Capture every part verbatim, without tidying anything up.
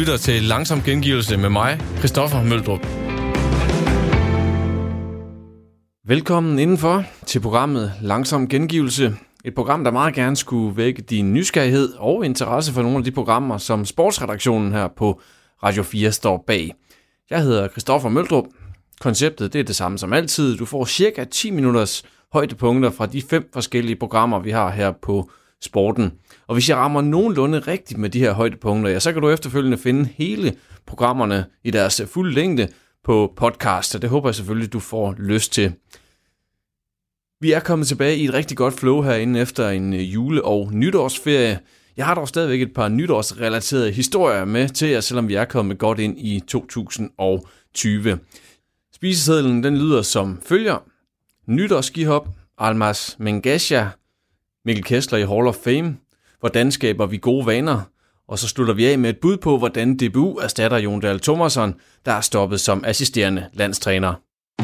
lytter til Langsom Gengivelse med mig, Christoffer Møldrup. Velkommen indenfor til programmet Langsom Gengivelse. Et program, der meget gerne skulle vække din nysgerrighed og interesse for nogle af de programmer, som sportsredaktionen her på Radio fire står bag. Jeg hedder Christoffer Møldrup. Konceptet det er det samme som altid. Du får cirka ti minutters højdepunkter fra de fem forskellige programmer, vi har her på Sporten. Og hvis jeg rammer nogenlunde rigtigt med de her højdepunkter, ja, så kan du efterfølgende finde hele programmerne i deres fulde længde på podcast, og det håber jeg selvfølgelig, du får lyst til. Vi er kommet tilbage i et rigtig godt flow herinde efter en jule- og nytårsferie. Jeg har dog stadigvæk et par nytårsrelaterede historier med til jer, selvom vi er kommet godt ind i to tusind og tyve. Spisesedlen den lyder som følger. Nytårsskihop, Almaz Mengesha, Mikkel Kessler i Hall of Fame. Hvordan skaber vi gode vaner? Og så slutter vi af med et bud på, hvordan D B U erstatter Jon Dahl Tomasson, der er stoppet som assisterende landstræner.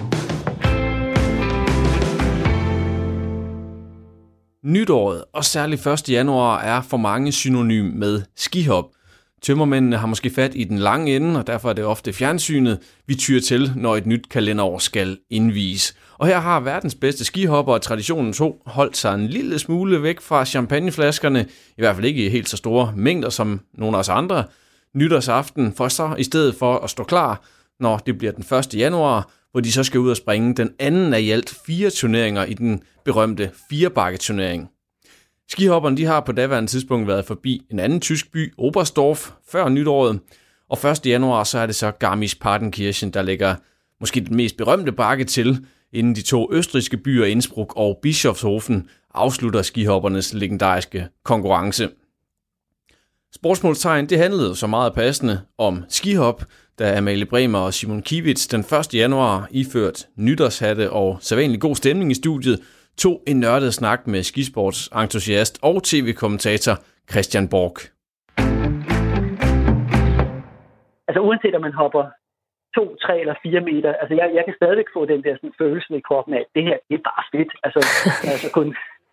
Nytåret, og særligt første januar, er for mange synonym med skihop. Tømmermændene har måske fat i den lange ende, og derfor er det ofte fjernsynet, vi tyr til, når et nyt kalenderår skal indvies. Og her har verdens bedste skihopper og traditionen to holdt sig en lille smule væk fra champagneflaskerne, i hvert fald ikke i helt så store mængder som nogle af os andre, nytårsaften, for så i stedet for at stå klar, når det bliver den første januar, hvor de så skal ud og springe den anden af i alt fire turneringer i den berømte firebakketurnering. Skihopperne de har på daværende tidspunkt været forbi en anden tysk by, Oberstdorf, før nytåret, og første januar så er det så Garmisch-Partenkirchen, der lægger måske den mest berømte bakke til, inden de to østrigske byer Innsbruck og Bischofshofen afslutter skihoppernes legendariske konkurrence. Sportsmålstegn det handlede så meget passende om skihop, da Amalie Bremer og Simon Kiewicz den første januar iført nytårshatte og sædvanlig god stemning i studiet, tog en nørdet snak med skisportsentusiast og tv-kommentator Christian Borch. Altså uanset om man hopper to, tre eller fire meter, altså jeg, jeg kan stadigvæk få den der sådan, følelse i kroppen af, at det her, det er bare fedt. Altså, altså kun...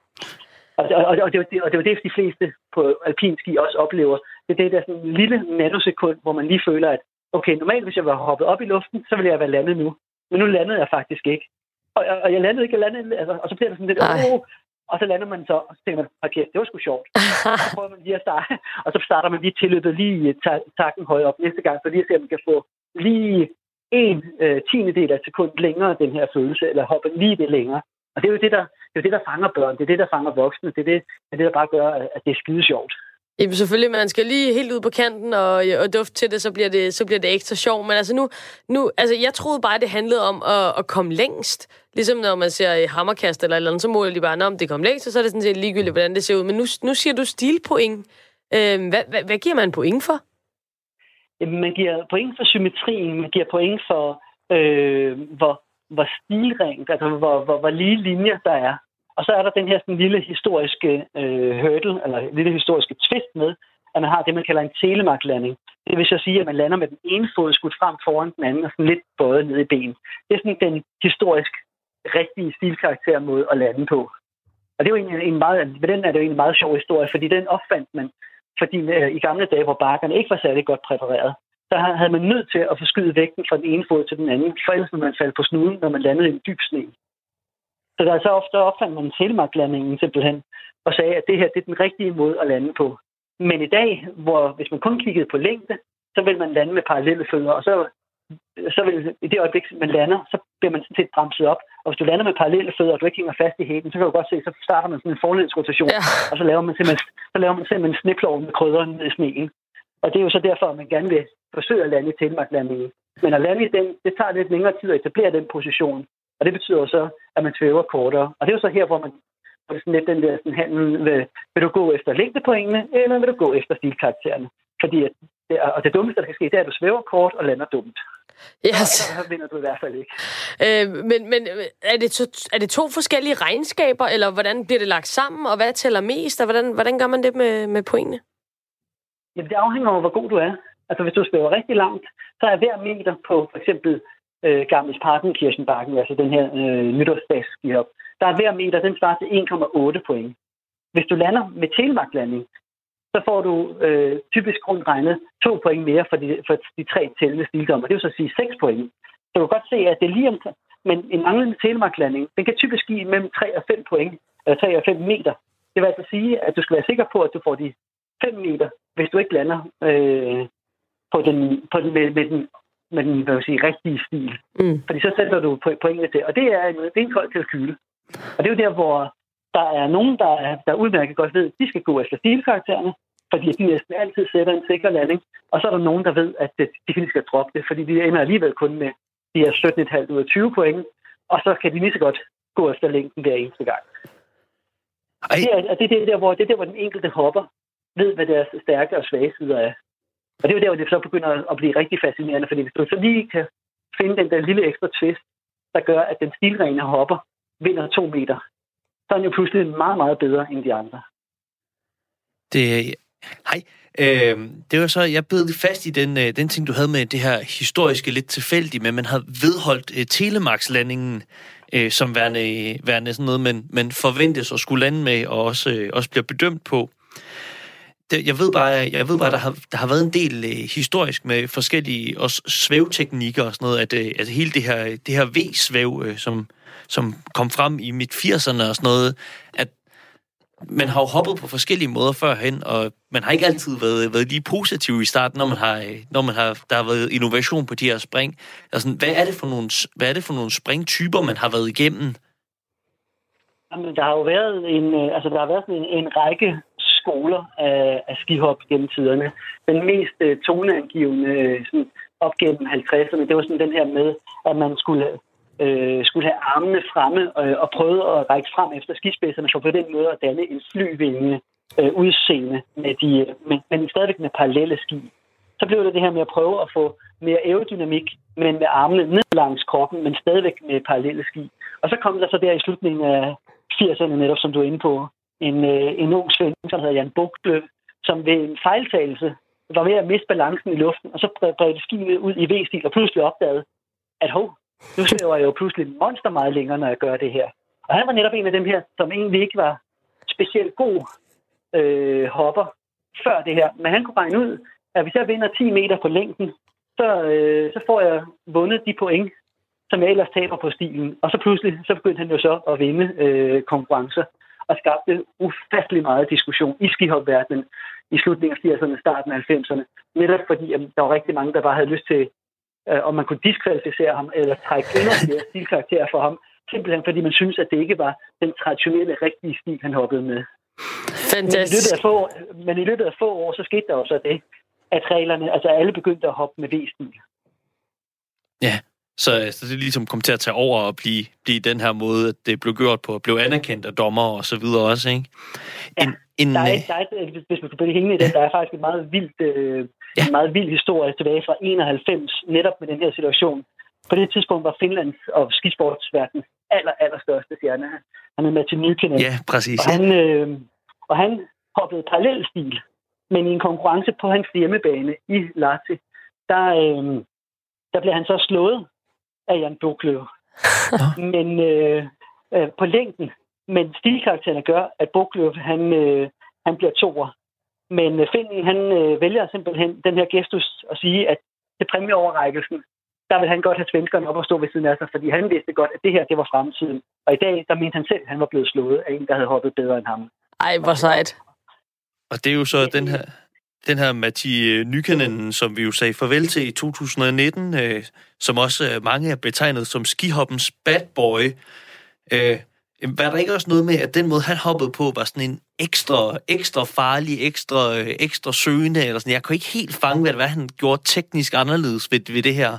Og, og, og, det, og det er jo det, de fleste på alpinski også oplever. Det er det der sådan lille nanosekund, hvor man lige føler, at okay, normalt hvis jeg var hoppet op i luften, så ville jeg være landet nu. Men nu landede jeg faktisk ikke. Og, og jeg landede ikke, jeg landede, altså, og så bliver det sådan lidt, åh, og så lander man så, og så tænker man, okay, det var sgu sjovt. Og så prøver man lige at starte, og så starter man lige tilløbet lige takken højt op næste gang, så lige at se, om man kan få lige en øh, tiendedel af et sekund længere, den her følelse, eller hoppe lige det længere. Og det er jo det, der, det er jo det, der fanger børn, det er det, der fanger voksne, det er det, det, er det der bare gør, at det er skide sjovt. Jamen selvfølgelig, man skal lige helt ud på kanten og, og dufte til det, så bliver det, så bliver det ekstra sjovt. Men altså nu, nu, altså jeg troede bare, det handlede om at, at komme længst. Ligesom når man ser hammerkast eller et eller andet, så måler de bare, om det kom længst, og så er det sådan set ligegyldigt, hvordan det ser ud. Men nu, nu siger du stilpoint. Øh, hvad, hvad, hvad giver man point for? Jamen, man giver point for symmetrien, man giver point for, øh, hvor, hvor stilrent, altså hvor, hvor, hvor lige linjer der er. Og så er der den her sådan, lille historiske øh, hurdle, eller lille historiske twist med, at man har det, man kalder en telemarklanding. Det vil så sige, at man lander med den ene fod skudt frem foran den anden, og sådan lidt bøjet ned i benen. Det er sådan den historisk rigtige stilkarakter måde at lande på. Og det er jo egentlig en meget, ved den er det jo en meget sjov historie, fordi den opfandt man, fordi øh, i gamle dage, hvor bakkerne ikke var særlig godt præpareret, så havde man nødt til at forskyde vægten fra den ene fod til den anden, for ellers ville man falde på snuden, når man landede i en dyb sne. Så der er så ofte opfandt man telemarklandingen simpelthen, og sagde, at det her det er den rigtige måde at lande på. Men i dag, hvor hvis man kun kiggede på længde, så vil man lande med parallelle fødder, og så, så vil i det øjeblik, man lander, så bliver man sådan set bremset op. Og hvis du lander med parallelle fødder, og du ikke hænger fast i hælen, så kan du godt se, så starter man sådan en forlænsrotation, ja. Og så laver man simpelthen, så laver man simpelthen en sneplov med krydderen ned i sneen. Og det er jo så derfor, at man gerne vil forsøge at lande i telemarklandingen. Men at lande i den, det tager lidt længere tid at etablere den position. Og det betyder jo så, at man svæver kortere. Og det er jo så her, hvor man får sådan lidt den der sådan handel, vil, vil du gå efter længdepoengene, eller vil du gå efter stilkaraktererne? Fordi at det, og det dummeste, der kan ske, det er, at du svæver kort og lander dumt. Yes. Så vinder du i hvert fald ikke. Øh, men men er, det to, er det to forskellige regnskaber, eller hvordan bliver det lagt sammen, og hvad tæller mest, og hvordan, hvordan gør man det med, med pointene? Jamen, det afhænger af, hvor god du er. Altså, hvis du svæver rigtig langt, så er hver meter på for eksempel øh, Garmisch-Partenkirchen-bakken, altså den her øh, nytårsdagsskihop, der er hver meter, den svarer til en komma otte point. Hvis du lander med telemarklanding, så får du øh, typisk rundt regnet to point mere for de, for de tre tællende stildommer. Det vil så sige seks point. Så du kan godt se, at det er lige om... Men en manglende telemarklanding, den kan typisk give mellem tre og fem point, eller tre og fem meter. Det vil altså sige, at du skal være sikker på, at du får de fem meter, hvis du ikke lander øh, på den, på den, med, med den, med den hvad vil sige, rigtige stil. Mm. Fordi så sætter du pointene til. Og det er, det er en kold kalkyle. Og det er jo der, hvor der er nogen, der, er, der udmærket godt ved, at de skal gå efter stilkaraktererne, fordi de næsten altid sætter en sikker landing. Og så er der nogen, der ved, at de kan lige skal droppe det, fordi de ender alligevel kun med de her sytten komma fem ud af tyve point, og så kan de lige så godt gå efter længden hver eneste gang. Og det, er, det, er der, hvor, det er der, hvor den enkelte hopper ved, hvad deres stærke og svage sider er. Og det er jo der, hvor det så begynder at blive rigtig fascinerende, fordi hvis du så lige kan finde den der lille ekstra twist, der gør, at den stilrene hopper vinder to meter, så er den jo pludselig meget, meget bedre end de andre. Det, hej. Øh, det var så, jeg bed fast i den, den ting, du havde med det her historiske lidt tilfældige, men man havde vedholdt uh, Telemarkslandingen uh, som værende, værende sådan noget, man, man forventes at skulle lande med, og også, uh, også bliver bedømt på. Det, jeg ved bare, jeg ved bare der, har, der har været en del uh, historisk med forskellige også svævteknikker og sådan noget, at uh, altså hele det her, det her V-svæv, uh, som, som kom frem i midt firserne og sådan noget, at man har jo hoppet på forskellige måder førhen, og man har ikke altid været, været lige positiv i starten, når man har, når man har, der har været innovation på de her spring. Altså, hvad er det for nogle, hvad er det for nogle springtyper, man har været igennem? Jamen, der har jo været en, altså, der har været en, en række skoler af, af skihop gennem tiderne. Den mest uh, toneangivende sådan, op gennem halvtredserne, det var sådan den her med, at man skulle Øh, skulle have armene fremme øh, og prøve at række frem efter skispidserne, så på den måde at danne en flyvingende øh, udseende, med de, med, men stadigvæk med parallelle ski. Så blev det det her med at prøve at få mere aerodynamik, men med armene ned langs kroppen, men stadigvæk med parallelle ski. Og så kom der så der i slutningen af firserne netop, som du er inde på, en, øh, en ung svend, som hedder Jan Boklöv, som ved en fejltagelse var ved at miste balancen i luften, og så bredte skiene ud i V-stil og pludselig opdagede, at hov, nu svæver jeg jo pludselig monster meget længere, når jeg gør det her. Og han var netop en af dem her, som egentlig ikke var specielt god øh, hopper før det her. Men han kunne regne ud, at hvis jeg vinder ti meter på længden, så, øh, så får jeg vundet de point, som jeg ellers taber på stilen. Og så pludselig så begyndte han jo så at vinde øh, konkurrencer og skabte ufattelig meget diskussion i skihopverdenen i slutningen af firserne, starten af halvfemserne. Netop fordi at der var rigtig mange, der bare havde lyst til om man kunne diskvalificere ham, eller trække endnu flere stilkarakterer for ham, simpelthen fordi man synes, at det ikke var den traditionelle, rigtige stil, han hoppede med. Fantastisk. Men i, få, men i løbet af få år, så skete der jo så det, at reglerne, altså alle begyndte at hoppe med V-stil. Ja, så, så det ligesom kom til at tage over og blive, blive den her måde, at det blev gjort på, blev anerkendt af dommer og så videre også, ikke? En, ja, en, der er, der er, hvis man skal blive hængende i det, der er faktisk et meget vildt... Øh, Ja. En meget vild historie tilbage fra enoghalvfems, netop med den her situation. På det tidspunkt var Finlands og skisportsverdens aller, aller største stjerne. Han er Matti Nykänen. Ja, præcis. Og han, øh, og han hoppede parallelstil, men i en konkurrence på hans hjemmebane i Lahti, der, øh, der blev han så slået af Jan Boklöv. men øh, øh, på længden. Men stilkaraktererne gør, at Boklöv, han, øh, han bliver toer. Men Finnen, han øh, vælger simpelthen den her gestus at sige, at til præmieoverrækkelsen, der vil han godt have svenskerne op og stå ved siden af sig, fordi han vidste godt, at det her, det var fremtiden. Og i dag, der mente han selv, at han var blevet slået af en, der havde hoppet bedre end ham. Ej, hvor sejt. Og det er jo så den her, den her Matti Nykänen, som vi jo sagde farvel til i to tusind nitten, øh, som også mange er betegnet som skihoppens bad boy. Øh, Var der ikke også noget med, at den måde, han hoppede på, var sådan en ekstra, ekstra farlig, ekstra, ekstra søgende, eller sådan? Jeg kunne ikke helt fange, hvad det var, han gjorde teknisk anderledes ved, ved det her.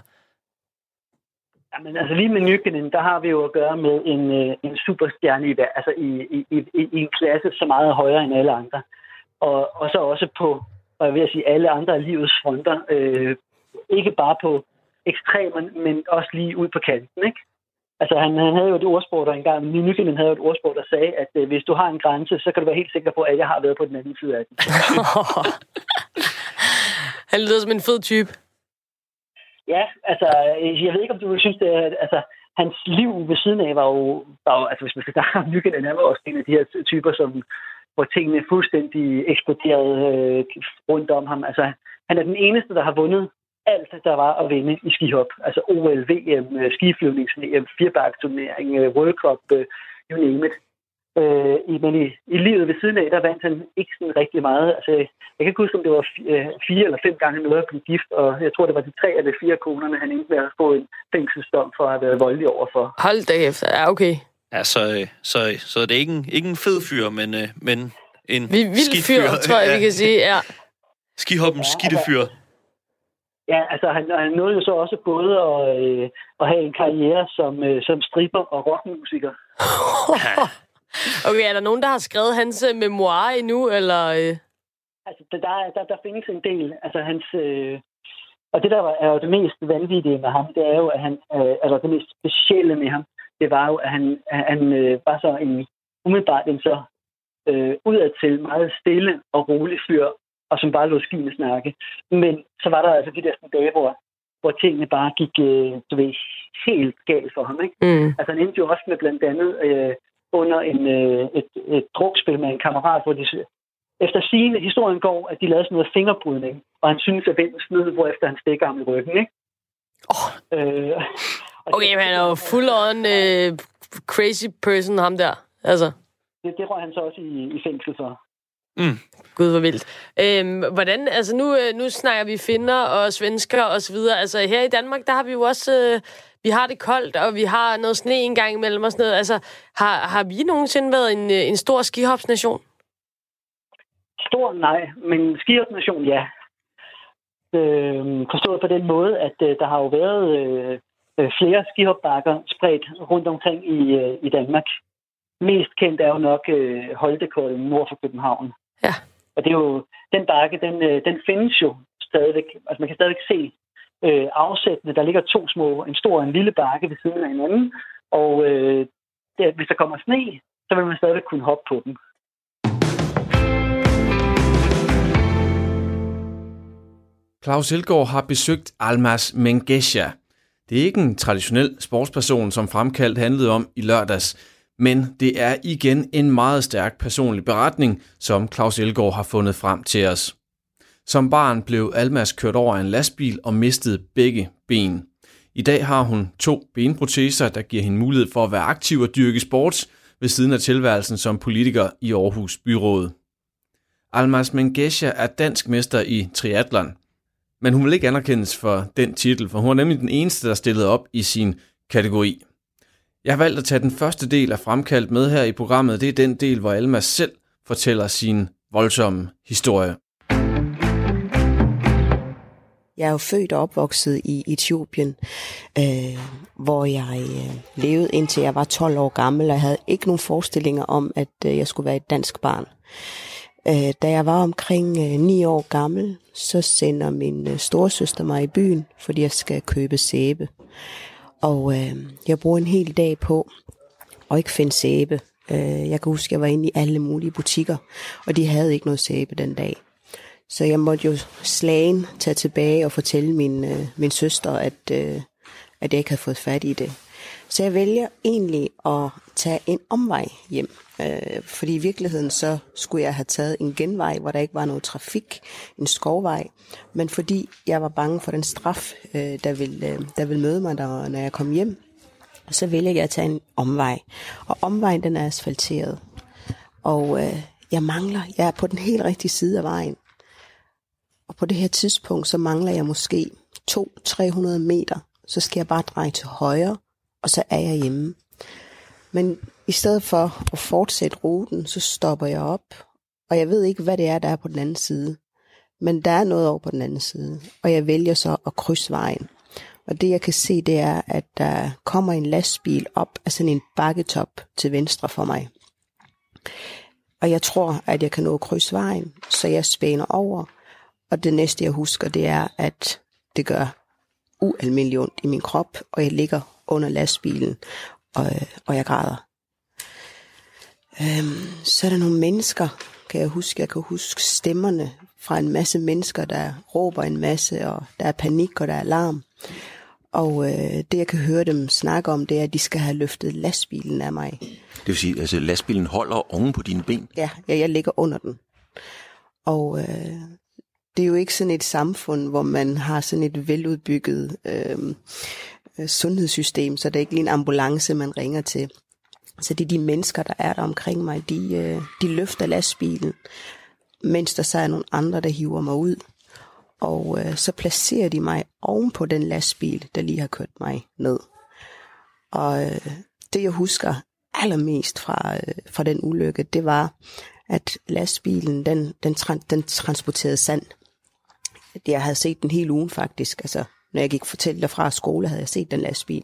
Jamen, altså lige med Nykänen, der har vi jo at gøre med en, en superstjerne i, altså i, i, i, i en klasse så meget højere end alle andre. Og, og så også på, og jeg vil sige, alle andre af livets fronter. Øh, ikke bare på ekstremer, men også lige ud på kanten, ikke? Altså, han, han havde jo et ordsprog der engang, Nykänen havde jo et ordsprog, der sagde, at øh, hvis du har en grænse, så kan du være helt sikker på, at jeg har været på den anden side af den. Han lyder som en fed type. Ja, altså, jeg ved ikke, om du synes, det er, altså, hans liv ved siden af var jo, var jo altså, hvis man skal snakke om Nykänen, han var også en af de her typer, som hvor tingene fuldstændig eksploderede øh, rundt om ham. Altså, han er den eneste, der har vundet alt, der var at vinde i skihop. Altså O L, V M, skiflyvnings-V M, firebakketurnering, World Cup, you name it. Øh, men i, i livet ved siden af, der vandt han ikke sådan rigtig meget. Altså, jeg kan ikke huske, om det var fire eller fem gange noget at blive gift, og jeg tror, det var de tre eller fire konerne, han endte med at få en fængselsdom for at have været voldelig overfor. Hold da efter. Ja, okay. Ja, så, så, så det er ikke en, ikke en fed fyr, men, men en vi, vild fyr, tror jeg, ja. Vi kan sige, ja. Skihoppens ja, skidte fyr. Altså, ja, altså han, han nåede jo så også både at, øh, at have en karriere som, øh, som stripper og rockmusiker. Okay, er der nogen, der har skrevet hans øh, memoir endnu, eller? Øh? Altså, der, der, der findes en del. Altså, hans, øh, og det, der er jo det mest vanvittige med ham, det er jo, at han, øh, altså det mest specielle med ham, det var jo, at han, han øh, var så en, umiddelbart en så øh, udadtil meget stille og rolig fyr, og som bare lå skine snakke. Men så var der altså de der dage, hvor, hvor tingene bare gik, øh, du ved, helt galt for ham, ikke? Mm. Altså, han endte jo også med blandt andet øh, under en, øh, et, et drukspil med en kammerat, hvor de, efter sigende historien går, at de lavede sådan noget fingerbrydning, og han synes, at vinden snød, hvorefter han stikker ham i ryggen, ikke? Oh. Øh, okay, men han er jo full on øh, crazy person, ham der. Altså. Det, det røg han så også i, i fængsel for. Mm. Gud, hvor vildt. Øhm, hvordan, altså nu, nu snakker vi finner og svensker og så videre. Altså her i Danmark, der har vi jo også, øh, vi har det koldt, og vi har noget sne en gang imellem og sådan noget. Altså, har, har vi nogensinde været en, en stor skihopsnation? Stor, nej, men skihopsnation, ja. Øh, forstået på den måde, at øh, der har jo været øh, flere skihopbakker spredt rundt omkring i, øh, i Danmark. Mest kendt er jo nok øh, Holtekollen nord for København. Ja. Og det er jo, den bakke, den, øh, den findes jo stadigvæk. Altså man kan stadigvæk se øh, afsættene. Der ligger to små, en stor og en lille bakke ved siden af hinanden. Og øh, det, hvis der kommer sne, så vil man stadigvæk kunne hoppe på den. Claus Elgaard har besøgt Almaz Mengesha. Det er ikke en traditionel sportsperson, som Fremkaldt handlede om i lørdags, men det er igen en meget stærk personlig beretning, som Claus Elgaard har fundet frem til os. Som barn blev Almaz kørt over en lastbil og mistede begge ben. I dag har hun to benproteser, der giver hende mulighed for at være aktiv og dyrke sport ved siden af tilværelsen som politiker i Aarhus Byråd. Almaz Mengesha er dansk mester i triathlon, men hun vil ikke anerkendes for den titel, for hun er nemlig den eneste, der stillede op i sin kategori. Jeg har valgt at tage den første del af Fremkaldt med her i programmet. Det er den del, hvor Almaz selv fortæller sin voldsomme historie. Jeg er jo født og opvokset i Etiopien, øh, hvor jeg øh, levede indtil jeg var tolv år gammel, og jeg havde ikke nogen forestillinger om, at øh, jeg skulle være et dansk barn. Øh, da jeg var omkring øh, ni år gammel, så sender min øh, storesøster mig i byen, fordi jeg skal købe sæbe. Og øh, jeg bruger en hel dag på at ikke finde sæbe. Øh, jeg kan huske, at jeg var inde i alle mulige butikker, og de havde ikke noget sæbe den dag. Så jeg måtte jo slagen tage tilbage og fortælle min, øh, min søster, at, øh, at jeg ikke havde fået fat i det. Så jeg vælger egentlig at tage en omvej hjem. Øh, fordi i virkeligheden så skulle jeg have taget en genvej, hvor der ikke var noget trafik, en skovvej. Men fordi jeg var bange for den straf, øh, der, ville, øh, der ville møde mig, der, når jeg kom hjem, så vælger jeg at tage en omvej. Og omvejen, den er asfalteret. Og øh, jeg mangler, jeg er på den helt rigtige side af vejen. Og på det her tidspunkt, så mangler jeg måske to til tre hundrede meter. Så skal jeg bare dreje til højre, og så er jeg hjemme. Men i stedet for at fortsætte ruten, så stopper jeg op. Og jeg ved ikke, hvad det er, der er på den anden side. Men der er noget over på den anden side. Og jeg vælger så at krydse vejen. Og det jeg kan se, det er, at der kommer en lastbil op af sådan en bakketop til venstre for mig. Og jeg tror, at jeg kan nå at krydse vejen, så jeg spænder over. Og det næste, jeg husker, det er, at det gør ualmindeligt ondt i min krop, og jeg ligger under lastbilen, og, og jeg græder. Øhm, så er der nogle mennesker, kan jeg huske. Jeg kan huske stemmerne fra en masse mennesker, der råber en masse, og der er panik, og der er larm. Og øh, det, jeg kan høre dem snakke om, det er, at de skal have løftet lastbilen af mig. Det vil sige, altså lastbilen holder oven på dine ben? Ja, ja jeg ligger under den. Og øh, det er jo ikke sådan et samfund, hvor man har sådan et veludbygget øh, sundhedssystem, så det er ikke lige en ambulance, man ringer til. Så det er de mennesker, der er der omkring mig, de, øh, de løfter lastbilen, mens der så er nogle andre, der hiver mig ud. Og øh, så placerer de mig oven på den lastbil, der lige har kørt mig ned. Og øh, det jeg husker allermest fra, øh, fra den ulykke, det var, at lastbilen, den, den, tra- den transporterede sand. Jeg havde set den hele ugen faktisk. Altså, når jeg gik fortælle derfra skole, havde jeg set den lastbil.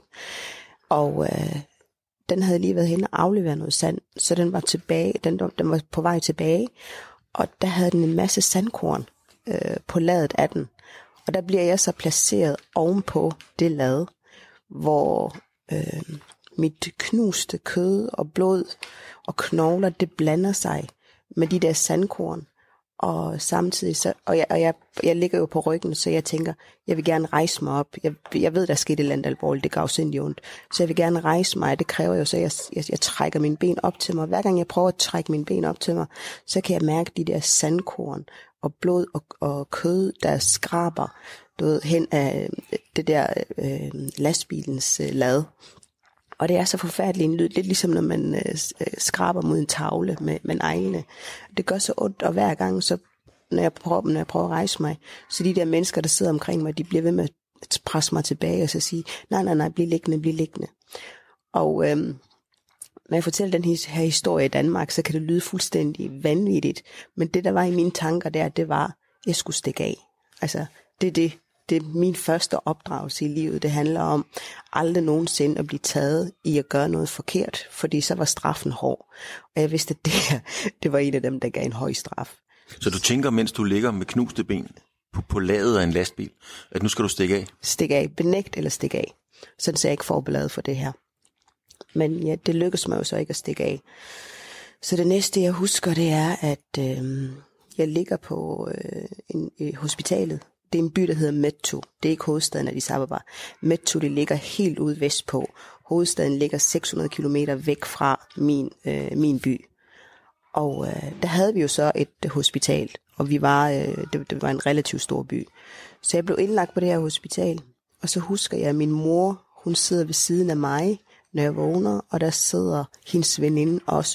Og øh, den havde lige været hen og afleveret noget sand, så den var tilbage, den, den var på vej tilbage, og der havde den en masse sandkorn øh, på ladet af den. Og der bliver jeg så placeret ovenpå det lad, hvor øh, mit knuste kød og blod og knogler, det blander sig med de der sandkorn. Og samtidig så, og jeg, og jeg, jeg ligger jo på ryggen, så jeg tænker, jeg vil gerne rejse mig op. Jeg, jeg ved, der skete et eller andet alvorligt, det gav sindssygt ondt. Så jeg vil gerne rejse mig, det kræver jo så, jeg, jeg, jeg trækker mine ben op til mig. Hver gang jeg prøver at trække mine ben op til mig, så kan jeg mærke de der sandkorn og blod og, og kød, der skraber du ved, hen af det der øh, lastbilens øh, lad. Og det er så forfærdeligt en lyd, lidt ligesom når man øh, skraber mod en tavle med, med neglene. Det gør så ondt, og hver gang, så, når, jeg prøver, når jeg prøver at rejse mig, så de der mennesker, der sidder omkring mig, de bliver ved med at presse mig tilbage og så sige, nej, nej, nej, bliv liggende, bliv liggende. Og øh, når jeg fortæller den her historie i Danmark, så kan det lyde fuldstændig vanvittigt. Men det, der var i mine tanker der, det var, at jeg skulle stikke af. Altså, det er det. Det er min første opdragelse i livet. Det handler om aldrig nogensinde at blive taget i at gøre noget forkert, fordi så var straffen hård. Og jeg vidste, at det her, det var en af dem, der gav en høj straf. Så du tænker, mens du ligger med knuste ben på, på ladet af en lastbil, at nu skal du stikke af? Stikke af. Benægt eller stikke af. Sådan så jeg ikke forberedt for det her. Men ja, det lykkedes mig jo så ikke at stikke af. Så det næste, jeg husker, det er, at øh, jeg ligger på øh, en, øh, hospitalet. Det er en by, der hedder Metu. Det er ikke hovedstaden af Addis Ababa. Metu, det ligger helt ude vestpå. Hovedstaden ligger seks hundrede kilometer væk fra min, øh, min by. Og øh, der havde vi jo så et øh, hospital, og vi var, øh, det, det var en relativt stor by. Så jeg blev indlagt på det her hospital, og så husker jeg, at min mor, hun sidder ved siden af mig, når jeg vågner, og der sidder hendes veninde også.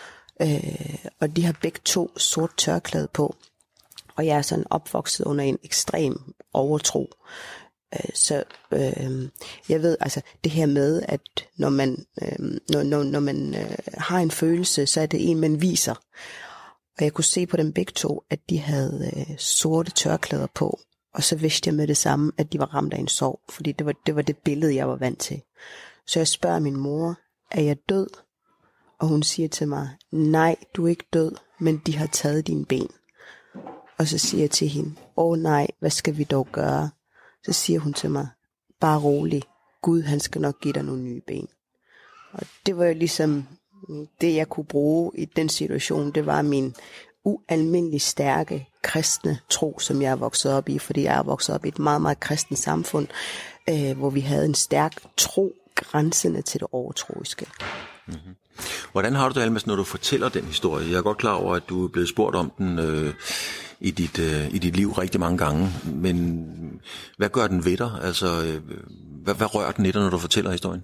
Øh, og de har begge to sort tørklæde på. Og jeg er sådan opvokset under en ekstrem overtro. Så øh, jeg ved altså det her med, at når man, øh, når, når, når man øh, har en følelse, så er det en, man viser. Og jeg kunne se på dem begge to, at de havde øh, sorte tørklæder på. Og så vidste jeg med det samme, at de var ramt af en sorg. Fordi det var, det var det billede, jeg var vant til. Så jeg spørger min mor, er jeg død? Og hun siger til mig, nej, du er ikke død, men de har taget dine ben. Og så siger jeg til hende, åh nej, hvad skal vi dog gøre? Så siger hun til mig, bare rolig, Gud han skal nok give dig nogle nye ben. Og det var jo ligesom det, jeg kunne bruge i den situation. Det var min ualmindelig stærke kristne tro, som jeg er vokset op i, fordi jeg er vokset op i et meget, meget kristent samfund, øh, hvor vi havde en stærk tro grænsende til det overtroiske. Mm-hmm. Hvordan har du det, Almas, når du fortæller den historie? Jeg er godt klar over, at du er blevet spurgt om den øh, i, dit, øh, i dit liv rigtig mange gange, men hvad gør den ved dig? Altså, øh, hvad, hvad rører den i dig, når du fortæller historien?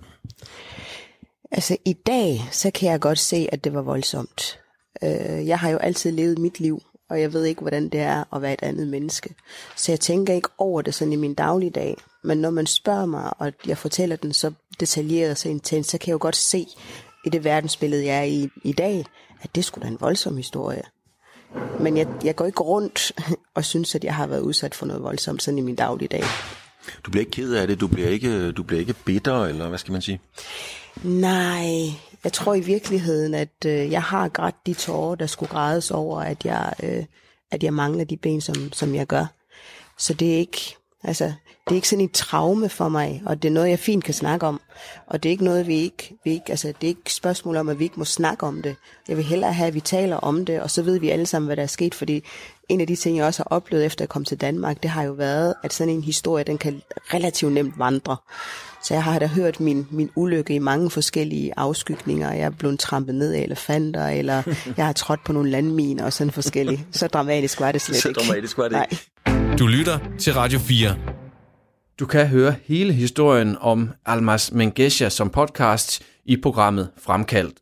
Altså, i dag, så kan jeg godt se, at det var voldsomt. Øh, jeg har jo altid levet mit liv, og jeg ved ikke, hvordan det er at være et andet menneske. Så jeg tænker ikke over det sådan i min dagligdag. Men når man spørger mig, og jeg fortæller den så detaljeret og så intens, så kan jeg jo godt se i det verdensbillede, jeg er i i dag, at det skulle da en voldsom historie. Men jeg, jeg går ikke rundt og synes, at jeg har været udsat for noget voldsomt sådan i min dagligdag. Du bliver ikke ked af det? Du bliver ikke, du bliver ikke bitter, eller hvad skal man sige? Nej, jeg tror i virkeligheden, at øh, jeg har grædt de tårer, der skulle grædes over, at jeg, øh, at jeg mangler de ben, som, som jeg gør. Så det er ikke, Altså, det er ikke sådan et traume for mig, og det er noget, jeg fint kan snakke om. Og det er ikke noget, vi ikke, vi ikke, altså, det er ikke et spørgsmål om, at vi ikke må snakke om det. Jeg vil hellere have, at vi taler om det, og så ved vi alle sammen, hvad der er sket, fordi en af de ting, jeg også har oplevet efter at komme til Danmark, det har jo været, at sådan en historie, den kan relativt nemt vandre. Så jeg har da hørt min, min ulykke i mange forskellige afskygninger. Jeg er blevet trampet ned af elefanter, eller jeg har trådt på nogle landminer og sådan forskellige. Så dramatisk var det slet Så ikke. Så dramatisk var det ikke. Nej. Du lytter til Radio fire. Du kan høre hele historien om Almaz Mengesha som podcast i programmet Fremkaldt.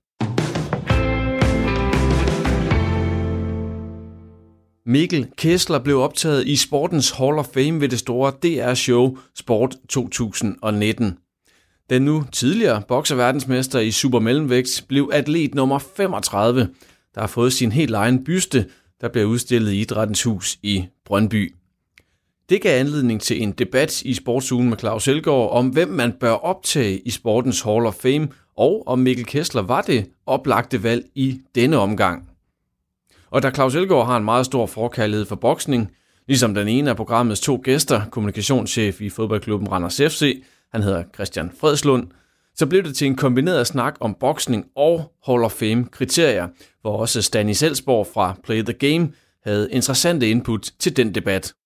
Mikkel Kessler blev optaget i Sportens Hall of Fame ved det store D R-show Sport to tusind nitten. Den nu tidligere bokserverdensmester i supermellemvægt blev atlet nummer femogtredive, der har fået sin helt egen byste, der bliver udstillet i Idrættens Hus i Brøndby. Det gav anledning til en debat i Sportsugen med Claus Elgaard om, hvem man bør optage i Sportens Hall of Fame, og om Mikkel Kessler var det oplagte valg i denne omgang. Og da Claus Elgaard har en meget stor forkærlighed for boksning, ligesom den ene af programmets to gæster, kommunikationschef i fodboldklubben Randers F C, han hedder Christian Fredslund, så blev det til en kombineret snak om boksning og Hall of Fame-kriterier, hvor også Stanis Elsborg fra Play the Game havde interessante input til den debat.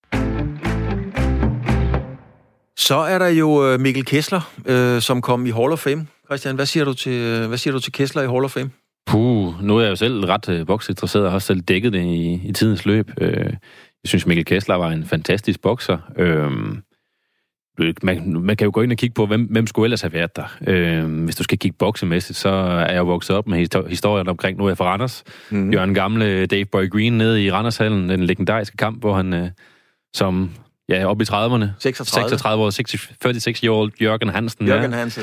Så er der jo Mikkel Kessler, øh, som kom i Hall of Fame. Christian, hvad siger du til, hvad siger du til Kessler i Hall of Fame? Puh, nu er jeg jo selv ret øh, boksinteresseret og har også selv dækket det i, i tidens løb. Øh, jeg synes, Mikkel Kessler var en fantastisk bokser. Øh, man, man kan jo gå ind og kigge på, hvem, hvem skulle ellers have været der. Øh, hvis du skal kigge boksemæssigt, så er jeg jo vokset op med historien omkring, nu er jeg fra Randers. Mm. Jørgen Gamle, Dave Boy Green nede i Randershallen, den legendariske kamp, hvor han øh, som... Ja, op i trediverne. seksogtredive. seksogtredive år, fireogtres-year-old Jørgen Hansen. Jørgen Hansen.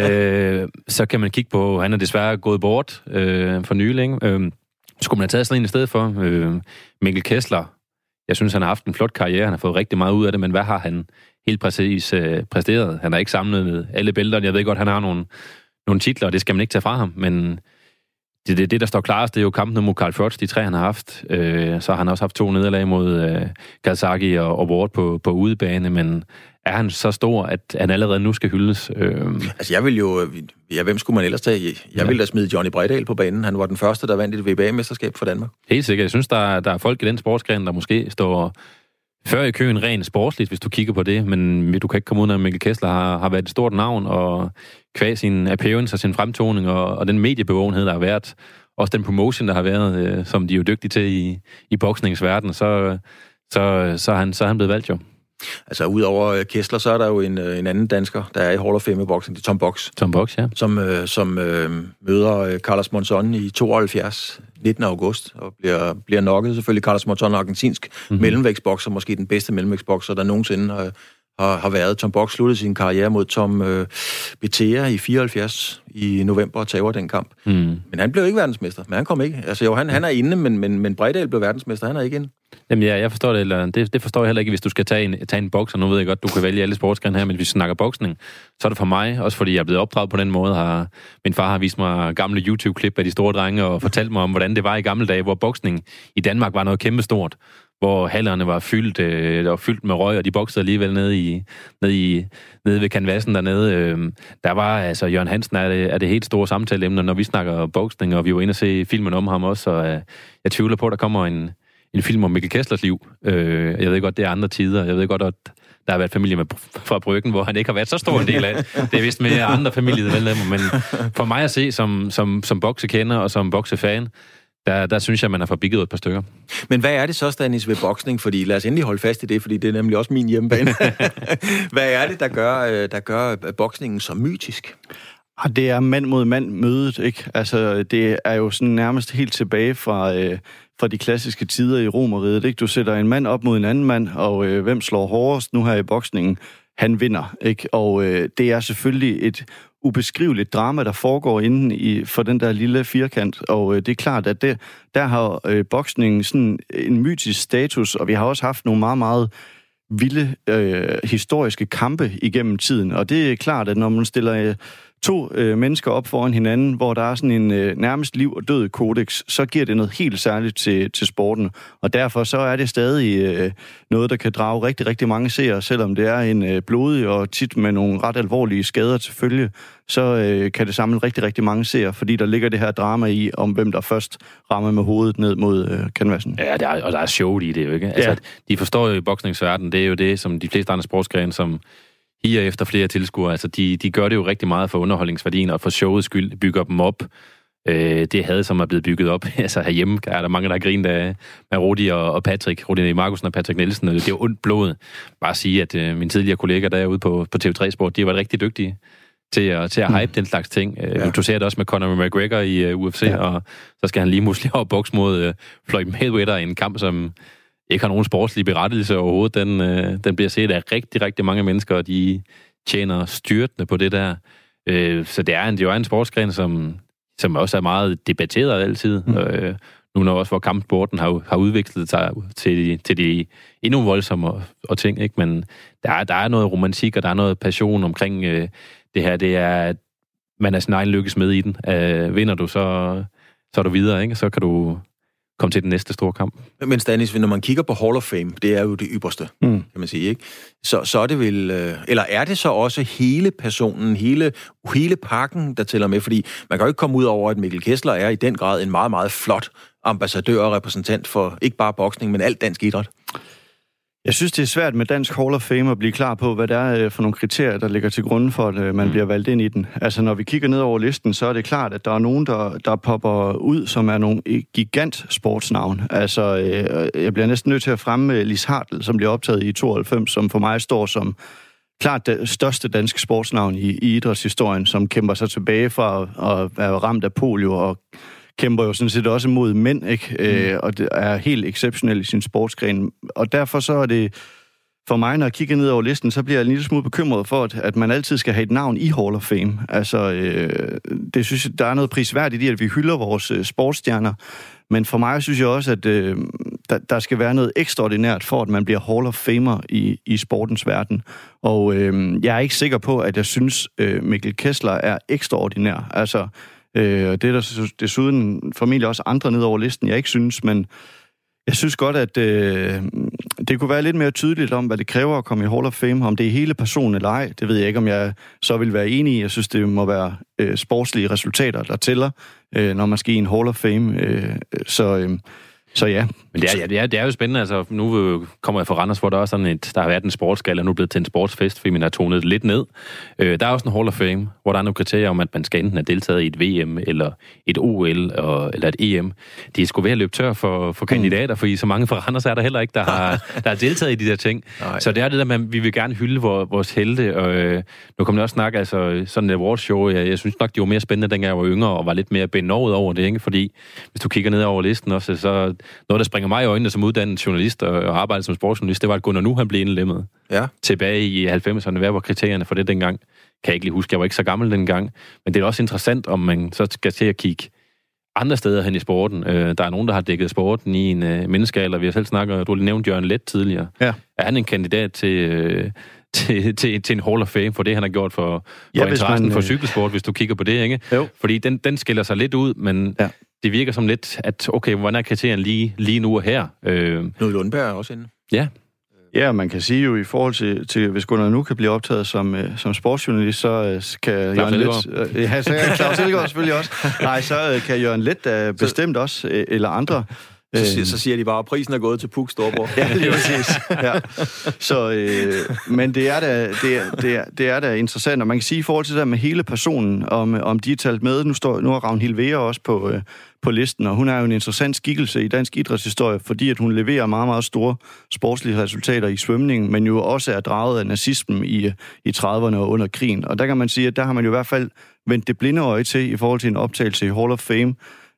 øh, så kan man kigge på, han er desværre gået bort øh, for nylig. Øh, skulle man have taget sådan en i stedet for? Øh, Mikkel Kessler, jeg synes, han har haft en flot karriere. Han har fået rigtig meget ud af det, men hvad har han helt præcis øh, præsteret? Han har ikke samlet alle bælterne. Jeg ved godt, han har nogle, nogle titler, og det skal man ikke tage fra ham, men det, det, det der står klarest, det er jo kampen mod Carl Froch, de tre, han har haft. Øh, så har han også haft to nederlag mod øh, Calzaghe og, og Ward på, på udebane, men er han så stor, at han allerede nu skal hyldes? Øh... Altså, jeg vil jo... Ja, hvem skulle man ellers tage? Jeg ja. ville da smide Johnny Bredahl på banen. Han var den første, der vandt et V B A-mesterskab for Danmark. Helt sikkert. Jeg synes, der, der er folk i den sportsgren, der måske står før i køen rent sportsligt, hvis du kigger på det, men du kan ikke komme ud af, at Mikkel Kessler har, har været et stort navn, og kvæg sin appearance og sin fremtoning, og, og den mediebevågenhed, der har været, også den promotion, der har været, øh, som de er jo dygtige til i, i boksningsverdenen, så, så, så, er han, så er han blevet valgt jo. Altså, udover Kessler, så er der jo en, en anden dansker, der er i Hall of Fame i boksning, det er Tom Box. Tom Box, ja. Som, øh, som øh, møder Carlos Monzon i tooghalvfjerds, nittende august, og bliver, bliver knocket. Selvfølgelig Carlos Monzon, argentinsk mm-hmm. mellemvægtsbokser, måske den bedste mellemvægtsbokser, der nogensinde har, har, har været. Tom Box sluttede sin karriere mod Tom øh, Betea i fireoghalvfjerds i november og taber den kamp. Mm. Men han blev ikke verdensmester, men han kom ikke. Altså jo, han, han er inde, men, men, men Bredahl blev verdensmester, han er ikke inde. Jamen ja, jeg forstår det, eller det, det forstår jeg heller ikke, hvis du skal tage en, tage en bokser. Nu ved jeg godt, du kan vælge alle sportsgrene her, men hvis vi snakker boksning, så er det for mig, også fordi jeg er blevet opdraget på den måde. Har, min far har vist mig gamle YouTube-klip af de store drenge og fortalt mig om, hvordan det var i gamle dage, hvor boksning i Danmark var noget kæmpestort, hvor hallerne var fyldt, øh, og fyldt med røg, og de boksede alligevel nede, i, nede, i, nede ved kanvassen dernede. Øh, der var, altså, Jørgen Hansen er det, er det helt store samtaleemne, når vi snakker boksning, og vi var inde og se filmen om ham også, og øh, jeg tvivler på, at der kommer en en film om Mikkel Kesslers liv. Øh, jeg ved godt, det er andre tider. Jeg ved godt, at der har været familie med, fra Bryggen, hvor han ikke har været så stor en del af. Det er vist med andre familiemedlemmer, men for mig at se som, som, som boksekender og som boksefan, der, der synes jeg, man har forbigget et par stykker. Men hvad er det så, Stanis, ved boksning? Fordi lad os endelig holde fast i det, fordi det er nemlig også min hjemmebane. Hvad er det, der gør, der gør boksningen så mytisk? Det er mand mod mand mødet, ikke? Altså, det er jo sådan nærmest helt tilbage fra, øh, fra de klassiske tider i Romerriget, ikke? Du sætter en mand op mod en anden mand, og øh, hvem slår hårdest nu her i boksningen? Han vinder, ikke? Og øh, det er selvfølgelig et ubeskriveligt drama, der foregår inde i, for den der lille firkant, og øh, det er klart, at det, der har øh, boksningen sådan en mytisk status, og vi har også haft nogle meget, meget vilde øh, historiske kampe igennem tiden, og det er klart, at når man stiller øh, to øh, mennesker op foran hinanden, hvor der er sådan en øh, nærmest liv og død kodex, så giver det noget helt særligt til, til sporten. Og derfor så er det stadig øh, noget, der kan drage rigtig, rigtig mange seere, selvom det er en øh, blodig og tit med nogle ret alvorlige skader til følge, så øh, kan det samle rigtig, rigtig mange seere, fordi der ligger det her drama i, om hvem der først rammer med hovedet ned mod øh, canvasen. Ja, der er, og der er show i det jo, ikke? Altså, ja. De forstår jo i boksningsverdenen, det er jo det, som de fleste andre sportsgrene, som higer efter flere tilskuere, altså de, de gør det jo rigtig meget for underholdningsværdien og for showets skyld, bygger dem op. Øh, det had, som er blevet bygget op, altså herhjemme er der mange, der har grinet af med Rudi og, og Patrick, Rudi Markusen og Patrick Nielsen, og det er jo ondt blod. Bare at sige, at øh, mine tidligere kolleger derude på, på T V tre Sport, de har været rigtig dygtige til at, til at hype mm. den slags ting. Ja. Du ser det også med Conor McGregor i uh, U F C, ja. Og så skal han lige pludselig over boks mod uh, Floyd Mayweather i en kamp, som ikke har nogen sportslig berettelse overhovedet. Den, uh, den bliver set af rigtig, rigtig mange mennesker, og de tjener styrtende på det der. Uh, så det er en, det er en sportsgren, som, som også er meget debatteret altid. Mm. Uh, nu når også, hvor kampsporten har, har udviklet sig til, til de endnu voldsomme og, og ting, ikke? Men der er, der er noget romantik, og der er noget passion omkring uh, det her. Det er, at man er sin egen lykkes med i den. Uh, vinder du, så, så er du videre, ikke? Så kan du komme til den næste store kamp. Men Stanis, når man kigger på Hall of Fame, det er jo det ypperste, mm. kan man sige, ikke? Så, så er det vel, eller er det så også hele personen, hele, hele pakken, der tæller med? Fordi man kan jo ikke komme ud over, at Mikkel Kessler er i den grad en meget, meget flot ambassadør og repræsentant for ikke bare boksning, men alt dansk idræt. Jeg synes, det er svært med Dansk Hall of Fame at blive klar på, hvad der er for nogle kriterier, der ligger til grund for, at man bliver valgt ind i den. Altså, når vi kigger ned over listen, så er det klart, at der er nogen, der, der popper ud, som er nogle gigant sportsnavn. Altså, jeg bliver næsten nødt til at fremme Lis Hartl, som bliver optaget i tooghalvfems, som for mig står som klart det største danske sportsnavn i, i idrætshistorien, som kæmper sig tilbage fra at være ramt af polio og kæmper jo sådan set også mod mænd, ikke? Mm. Øh, og det er helt exceptionelt i sin sportsgren. Og derfor så er det, for mig, når jeg kigger ned over listen, så bliver jeg en lille smule bekymret for, at, at man altid skal have et navn i Hall of Fame. Altså, øh, det synes jeg, der er noget prisværdigt i, at vi hylder vores øh, sportsstjerner. Men for mig synes jeg også, at øh, der, der skal være noget ekstraordinært for, at man bliver Hall of Famer i, i sportens verden. Og øh, jeg er ikke sikker på, at jeg synes, øh, Mikkel Kessler er ekstraordinær. Altså, Øh, det er der desuden formentlig også andre ned over listen, jeg ikke synes, men jeg synes godt, at øh, det kunne være lidt mere tydeligt om, hvad det kræver at komme i Hall of Fame. Om det er hele personen eller ej, det ved jeg ikke, om jeg så vil være enig i. Jeg synes, det må være øh, sportslige resultater, der tæller, øh, når man skal i en Hall of Fame. Øh, så... Øh, Så ja. Men det er, ja, det, er, det er jo spændende. Altså, nu kommer jeg fra Randers, hvor der er sådan et, der har været en sportsgala, og nu er blevet til en sportsfest, fordi man har tonet lidt ned. Øh, der er også en Hall of Fame, hvor der er nogle kriterier om, at man skal enten have deltaget i et V M, eller et O L, og, eller et E M. De er sgu ved at løbe tør for, for kandidater, fordi så mange fra Randers er der heller ikke, der har, der har deltaget i de der ting. Nej. Så det er det der, man, vi vil gerne hylde vores, vores helte. Og, øh, nu kommer jeg også snakke, altså sådan et awardshow, jeg, jeg synes nok, det var mere spændende, dengang jeg var yngre, og var lidt mere benovet over det, ikke? Fordi hvis du kigger ned over listen også, så noget, der springer mig i øjnene som uddannet journalist og, og arbejder som sportsjournalist, det var, at Gunnar Nu, han blev indlemmet. Ja. Tilbage i halvfemserne. Hvad var kriterierne for det dengang? Kan jeg ikke lige huske. Jeg var ikke så gammel dengang. Men det er også interessant, om man så skal til at kigge andre steder hen i sporten. Øh, der er nogen, der har dækket sporten i en øh, menneskealder. Vi har selv snakket, du har nævnt Jørgen Leth tidligere. Ja. Er han en kandidat til... Øh, Til, til, til en Hall of Fame for det, han har gjort for, for ja, interessen man, for cykelsport, hvis du kigger på det, ikke? Jo. Fordi den, den skiller sig lidt ud, men ja. Det virker som lidt, at okay, hvordan er kriterien lige, lige nu og her? Øh, Knud Lundberg er også inde. Ja. Ja, man kan sige jo i forhold til, til hvis Gunnar Nu kan blive optaget som, uh, som sportsjournalist, så uh, kan Jørgen Leth... Uh, ja, så kan Claus Elgaard selvfølgelig også. Nej, så uh, kan Jørgen Leth uh, bestemt også, uh, eller andre... Så siger, så siger de bare, at prisen er gået til Puk Storborg. Ja, lige præcis. Ja. Så, øh, men det er, da, det, er, det, er, det er da interessant, og man kan sige i forhold til det der med hele personen, om, om de er talt med. Nu, står, nu er Ragnhild Vera også på, øh, på listen, og hun er jo en interessant skikkelse i dansk idrætshistorie, fordi at hun leverer meget, meget store sportslige resultater i svømning, men jo også er draget af nazismen i, i trediverne og under krigen. Og der kan man sige, at der har man jo i hvert fald vendt det blinde øje til i forhold til en optagelse i Hall of Fame.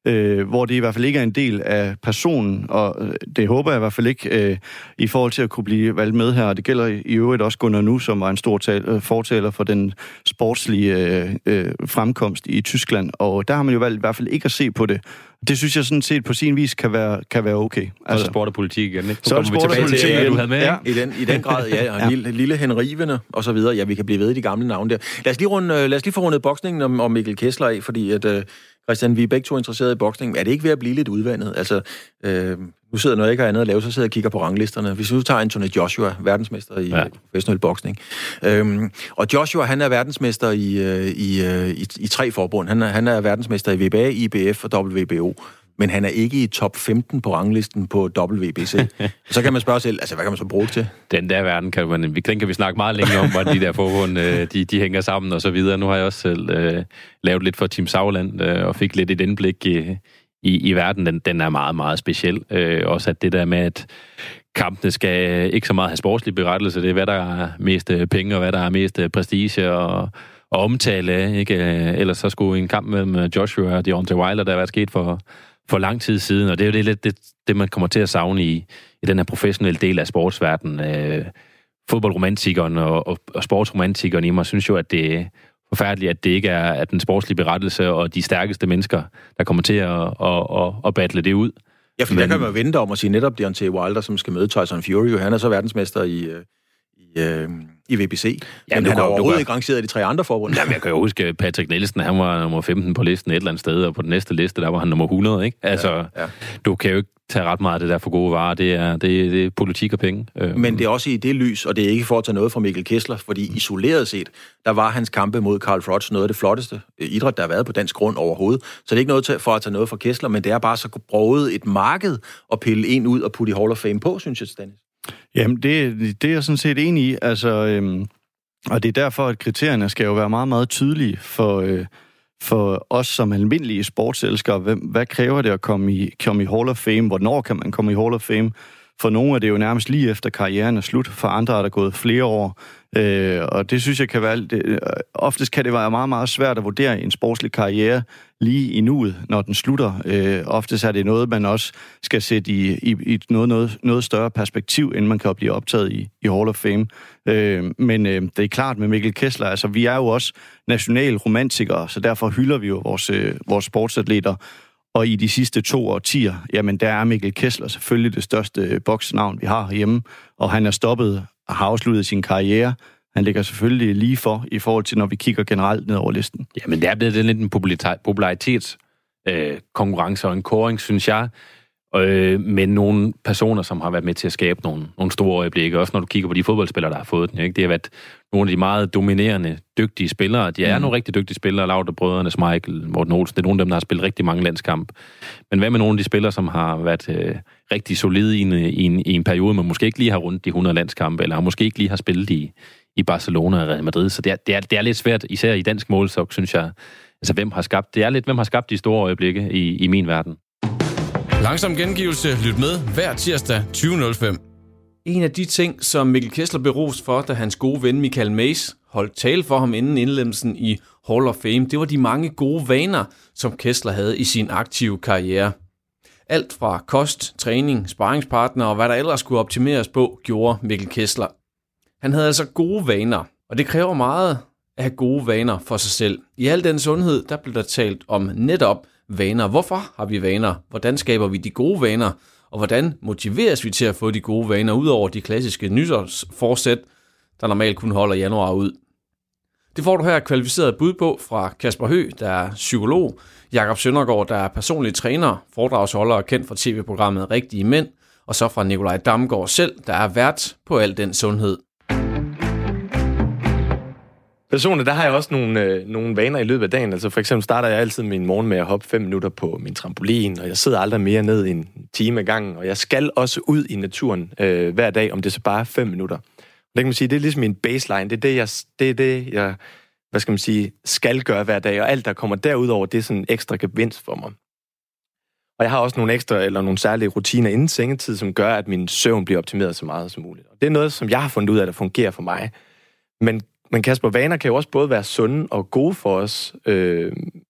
øh, hvor det i hvert fald ikke er en del af personen, og det håber jeg i hvert fald ikke, øh, i forhold til at kunne blive valgt med her. Og det gælder i øvrigt også Gunnar Nu, som var en stor tal, øh, fortaler for den sportslige øh, øh, fremkomst i Tyskland, og der har man jo valgt i hvert fald ikke at se på det. Det synes jeg sådan set på sin vis kan være, kan være okay. Altså, så er det sport og politik igen, ikke? Så er det sport og politik igen. Du havde med, ja. I, den, I den grad, ja. Og ja. Lille, lille Henrivene og så videre. Ja, vi kan blive ved i de gamle navne der. Lad os lige, runde, lad os lige få rundet boksningen om, om Mikkel Kessler af, fordi at, uh, Christian, vi er begge to interesserede i boksning. Er det ikke ved at blive lidt udvandet? Altså, øh, nu sidder, når jeg ikke har andet at lave, så sidder jeg og kigger på ranglisterne. Hvis du tager Anthony Joshua, verdensmester i ja. professionel boksning. Øhm, og Joshua, han er verdensmester i, i, i, i tre forbund. Han er, han er verdensmester i W B A, I B F og W B O. Men han er ikke i top femten på ranglisten på W B C. Så kan man spørge selv, altså hvad kan man så bruge til? Den der verden, kan man, den kan vi snakke meget længe om, hvordan de der forbund, de, de hænger sammen og så videre. Nu har jeg også selv øh, lavet lidt for Team Sauerland øh, og fik lidt et indblik i, i, i verden. Den, den er meget, meget speciel. Øh, også at det der med, at kampene skal ikke så meget have sportslig berettelse. Det er, hvad der er mest penge og hvad der er mest prestige og og omtale af, ikke? Ellers så skulle en kamp mellem Joshua og Deontay Wilder, der har været sket for, for lang tid siden, og det er jo det, lidt det, det man kommer til at savne i, i den her professionelle del af sportsverdenen. Øh, fodboldromantikeren og, og, og sportsromantikeren i mig synes jo, at det er forfærdeligt, at det ikke er at den sportslige berettelse og de stærkeste mennesker, der kommer til at, at, at, at battle det ud. Ja, for Men, der kan man vente om at sige netop Deontay Wilder, som skal møde Tyson Fury, han er så verdensmester i... i øh i W B C. Ja, men han er overhovedet ikke rangeret i de tre andre forbund. Jamen, jeg kan jo huske, Patrick Nielsen, han var nummer femten på listen et eller andet sted, og på den næste liste, der var han nummer hundrede, ikke? Altså, ja, ja. Du kan jo ikke tage ret meget af det der for gode varer. Det er, det, det er politik og penge. Men det er også i det lys, og det er ikke for at tage noget fra Mikkel Kessler, fordi isoleret set, der var hans kampe mod Carl Froch noget af det flotteste idræt, der har været på dansk grund overhovedet. Så det er ikke noget for at tage noget fra Kessler, men det er bare så broget et marked at pille en ud og putte i Hall of Fame på, synes jeg, Dennis. Jamen, det, det er jeg sådan set enig i. Altså, øhm, og det er derfor, at kriterierne skal jo være meget, meget tydelige for, øh, for os som almindelige sportselskere. Hvem, hvad kræver det at komme i, komme i Hall of Fame? Hvornår kan man komme i Hall of Fame? For nogle er det jo nærmest lige efter karrieren er slut. For andre er der gået flere år. Øh, og det synes jeg kan være... Det, oftest kan det være meget, meget svært at vurdere en sportslig karriere lige i nuet, når den slutter. Øh, oftest er det noget, man også skal sætte i, i, i noget, noget, noget større perspektiv, inden man kan blive optaget i, i Hall of Fame. Øh, men øh, det er klart med Mikkel Kessler, altså vi er jo også nationalromantikere, så derfor hylder vi jo vores, øh, vores sportsatleter. Og i de sidste to årtier, jamen der er Mikkel Kessler selvfølgelig det største boksnavn, vi har hjemme, og han er stoppet og har afsluttet sin karriere. Han ligger selvfølgelig lige for, i forhold til, når vi kigger generelt ned over listen. Jamen, det er blevet lidt en popularitetskonkurrence øh, og en kåring, synes jeg, øh, med nogle personer, som har været med til at skabe nogle, nogle store øjeblikke. Også når du kigger på de fodboldspillere, der har fået den. Ikke? Det har været nogle af de meget dominerende, dygtige spillere. De er mm. nogle rigtig dygtige spillere. Lauter brødrene, Schmeichel, Morten Olsen. Det er nogle af dem, der har spillet rigtig mange landskampe. Men hvad med nogle af de spillere, som har været øh, rigtig solide i en, i, en, i en periode, men måske ikke lige har rundt de hundrede landskampe, eller måske ikke lige har spillet i, i Barcelona og Real Madrid. Så det er, det, er, det er lidt svært, især i dansk målstok, synes jeg. Altså, hvem har skabt... Det er lidt, hvem har skabt de store øjeblikke i, i min verden. Langsom gengivelse. Lyt med hver tirsdag tyve nul fem. En af de ting, som Mikkel Kessler blev rost for, da hans gode ven Michael Mays holdt tale for ham inden indlemmelsen i Hall of Fame, det var de mange gode vaner, som Kessler havde i sin aktive karriere. Alt fra kost, træning, sparringspartner og hvad der ellers skulle optimeres på, gjorde Mikkel Kessler. Han havde altså gode vaner, og det kræver meget at have gode vaner for sig selv. I al den sundhed, der blev der talt om netop vaner. Hvorfor har vi vaner? Hvordan skaber vi de gode vaner? Og hvordan motiveres vi til at få de gode vaner, ud over de klassiske nytårsforsæt, der normalt kun holder januar ud? Det får du her kvalificeret bud på fra Kasper Høgh, der er psykolog, Jakob Søndergaard, der er personlig træner, foredragsholder og kendt fra tv-programmet Rigtige Mænd, og så fra Nikolaj Damgaard selv, der er vært på al den sundhed. Personligt, der har jeg også nogle, øh, nogle vaner i løbet af dagen. Altså for eksempel starter jeg altid min morgen med at hoppe fem minutter på min trampolin, og jeg sidder aldrig mere ned i en time ad gangen, og jeg skal også ud i naturen øh, hver dag, om det så bare er fem minutter. Det kan man sige, det er ligesom min baseline, det er det, jeg, det er det, jeg hvad skal man sige, skal gøre hver dag, og alt, der kommer derudover, det er sådan en ekstra gevinst for mig. Og jeg har også nogle ekstra, eller nogle særlige rutiner inden sengetid, som gør, at min søvn bliver optimeret så meget som muligt. Og det er noget, som jeg har fundet ud af, der fungerer for mig. Men Men Kasper, vaner kan jo også både være sunde og gode for os. Øh,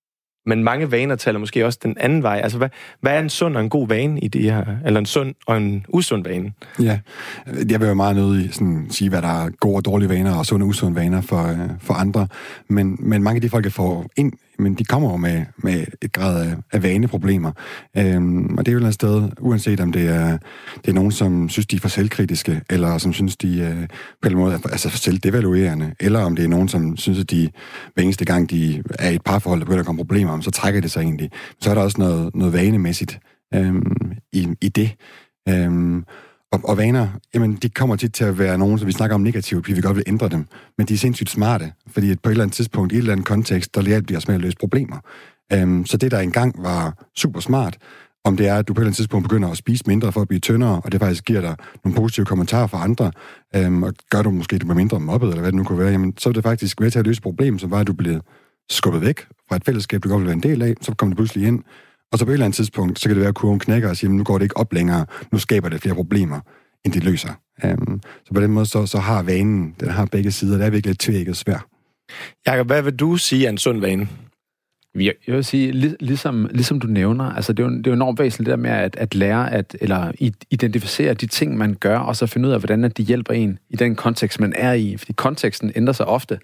Men mange vaner taler måske også den anden vej. Altså, hvad, hvad er en sund og en god vane i det her? Eller en sund og en usund vane? Ja, jeg vil jo meget nødig sådan sige, hvad der er gode og dårlige vaner og sunde og usunde vaner for, for andre. Men, men mange af de folk, jeg får ind, men de kommer jo med, med et grad af, af vaneproblemer. Øhm, og det er jo et eller andet sted, uanset om det er, det er nogen, som synes, de er for selvkritiske, eller som synes, de øh, på en måde er altså for selvdevaluerende, eller om det er nogen, som synes, at de hver eneste gang, de er i et parforhold, der begynder at komme problemer om, så trækker det sig egentlig. Så er der også noget, noget vanemæssigt øhm, i, i det. Øhm, og, og vaner, jamen, de kommer tit til at være nogen, som vi snakker om negativt, fordi vi godt vil ændre dem. Men de er sindssygt smarte, fordi på et eller andet tidspunkt, i et eller andet kontekst, der hjælper de os med at løse problemer. Øhm, så det, der engang var super smart, om det er, at du på et eller andet tidspunkt begynder at spise mindre for at blive tyndere, og det faktisk giver dig nogle positive kommentarer fra andre, øhm, og gør du måske, at du bliver mindre mobbet, eller hvad det nu kunne være, jamen, så er det faktisk ved til at løse problemet, som var, at du blev skubbet væk fra et fællesskab, du godt ville være en del af, så kommer du pludselig ind, og så på et eller andet tidspunkt, så kan det være, at kurven knækker og siger, nu går det ikke op længere, nu skaber det flere problemer, end det løser. Um, så på den måde, så, så har vanen, den har begge sider, det er virkelig et tvækket svær. Jakob, hvad vil du sige er en sund vane? Jeg vil sige, lig, ligesom, ligesom du nævner, altså det er jo, det er jo enormt væsentligt det der med at, at lære, at, eller identificere de ting, man gør, og så finde ud af, hvordan de hjælper en i den kontekst, man er i. Fordi konteksten ændrer sig ofte.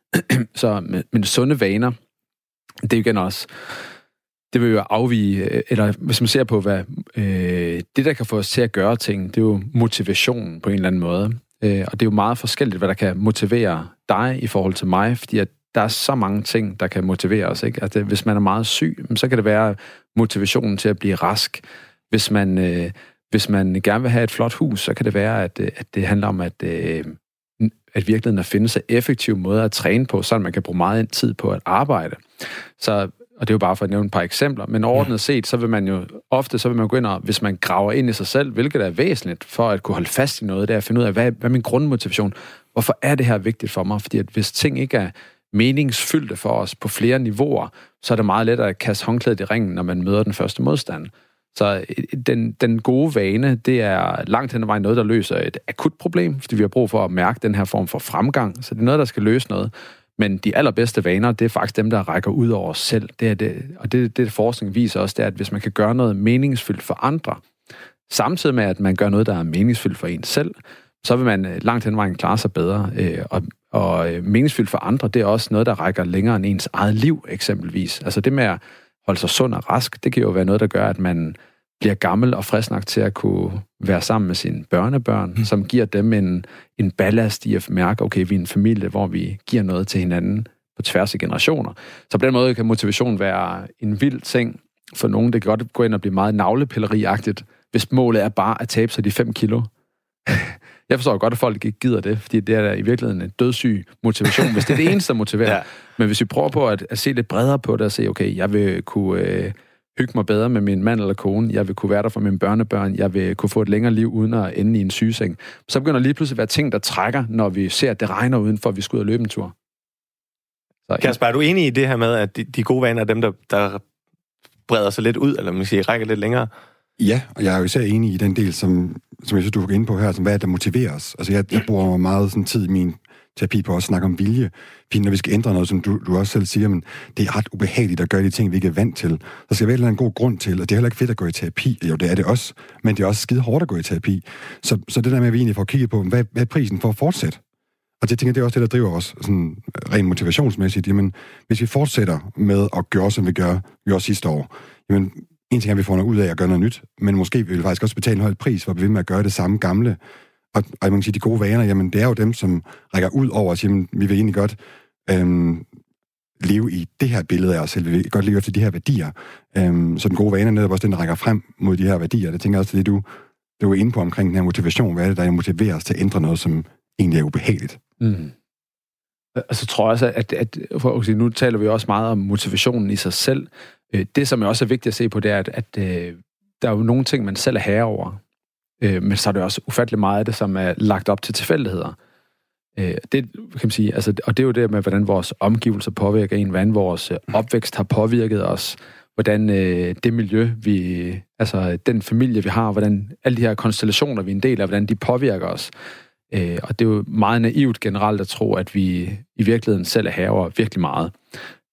Så med, med sunde vaner, det er jo igen også, det vil jo afvige, eller hvis man ser på, hvad øh, det, der kan få os til at gøre ting, det er jo motivationen på en eller anden måde. Øh, og det er jo meget forskelligt, hvad der kan motivere dig i forhold til mig, fordi at der er så mange ting, der kan motivere os. Ikke? Altså, hvis man er meget syg, så kan det være motivationen til at blive rask. Hvis man, øh, hvis man gerne vil have et flot hus, så kan det være, at, at det handler om, at, øh, at virkeligheden at finde sig effektive måder at træne på, så man kan bruge meget tid på at arbejde. Så, og det er jo bare for at nævne et par eksempler, men overordnet set, så vil man jo ofte, så vil man gå ind og, hvis man graver ind i sig selv, hvilket er væsentligt for at kunne holde fast i noget, det er at finde ud af, hvad, hvad er min grundmotivation? Hvorfor er det her vigtigt for mig? Fordi at hvis ting ikke er meningsfyldte for os på flere niveauer, så er det meget lettere at kaste håndklædet i ringen, når man møder den første modstand. Så den, den gode vane, det er langt hen ad vejen noget, der løser et akut problem, fordi vi har brug for at mærke den her form for fremgang. Så det er noget, der skal løse noget. Men de allerbedste vaner, det er faktisk dem, der rækker ud over os selv. Det er det, og det, det forskning viser også, det er, at hvis man kan gøre noget meningsfyldt for andre, samtidig med, at man gør noget, der er meningsfyldt for en selv, så vil man langt hen ad vejen klare sig bedre. Og, og meningsfyldt for andre, det er også noget, der rækker længere end ens eget liv, eksempelvis. Altså det med at holde sig sund og rask, det kan jo være noget, der gør, at man bliver gammel og frisk nok til at kunne være sammen med sine børnebørn, mm. som giver dem en, en ballast i at mærke, okay, vi er en familie, hvor vi giver noget til hinanden på tværs af generationer. Så på den måde kan motivation være en vild ting. For nogen, det kan godt gå ind og blive meget navlepilleriagtigt, hvis målet er bare at tabe sig de fem kilo. Jeg forstår godt, at folk ikke gider det, fordi det er i virkeligheden en dødssyg motivation, hvis det er det eneste, der motiverer. Ja. Men hvis vi prøver på at, at se lidt bredere på det og se, okay, jeg vil kunne øh, hygge mig bedre med min mand eller kone, jeg vil kunne være der for mine børnebørn, jeg vil kunne få et længere liv uden at ende i en sygeseng, så begynder lige pludselig at være ting, der trækker, når vi ser, at det regner udenfor, at vi skal ud og løbe en tur. Så, ja. Kasper, er du enig i det her med, at de, de gode vaner er dem, der, der breder sig lidt ud, eller man siger, rækker lidt længere? Ja, og jeg er jo især enig i den del, som, som jeg synes, du er inde på her, som hvad er, der motiverer os. Altså, jeg, jeg bruger meget sådan tid i min terapi på at snakke om vilje. Fordi når vi skal ændre noget, som du, du også selv siger, men det er ret ubehageligt at gøre de ting, vi ikke er vant til. Der skal være en god grund til, og det er heller ikke fedt at gå i terapi. Jo, det er det også, men det er også skide hårdt at gå i terapi. Så, så det der med, at vi egentlig får kigget på, hvad, hvad er prisen for at fortsætte? Og det tænker det er også det, der driver os sådan rent motivationsmæssigt. Jamen, hvis vi fortsætter med at gøre, som vi gør, gjorde sidste år, jamen, en ting er, at vi får noget ud af at gøre noget nyt, men måske vil vi faktisk også betale en høj pris, for at vi vil med at gøre det samme gamle. Og, og man kan sige, de gode vaner, jamen det er jo dem, som rækker ud over os. Jamen, vi vil egentlig godt øhm, leve i det her billede af os selv. Vi vil godt leve efter de her værdier. Øhm, så den gode vane er netop også den, der rækker frem mod de her værdier. Det tænker jeg også, det du, du er inde på omkring den her motivation. Hvad er det, der motiverer os til at ændre noget, som egentlig er ubehageligt? Mm. Og så tror jeg også, at, at for, okay, nu taler vi også meget om motivationen i sig selv. Det, som er også er vigtigt at se på, det er, at, at der er jo nogle ting, man selv er herre over. Men så er det også ufattelig meget af det, som er lagt op til tilfældigheder. Det kan man sige, altså, og det er jo det med, hvordan vores omgivelser påvirker en, hvordan vores opvækst har påvirket os, hvordan det miljø, vi, altså den familie, vi har, hvordan alle de her konstellationer, vi er en del af, hvordan de påvirker os. Og det er jo meget naivt generelt at tro, at vi i virkeligheden selv er herre over virkelig meget.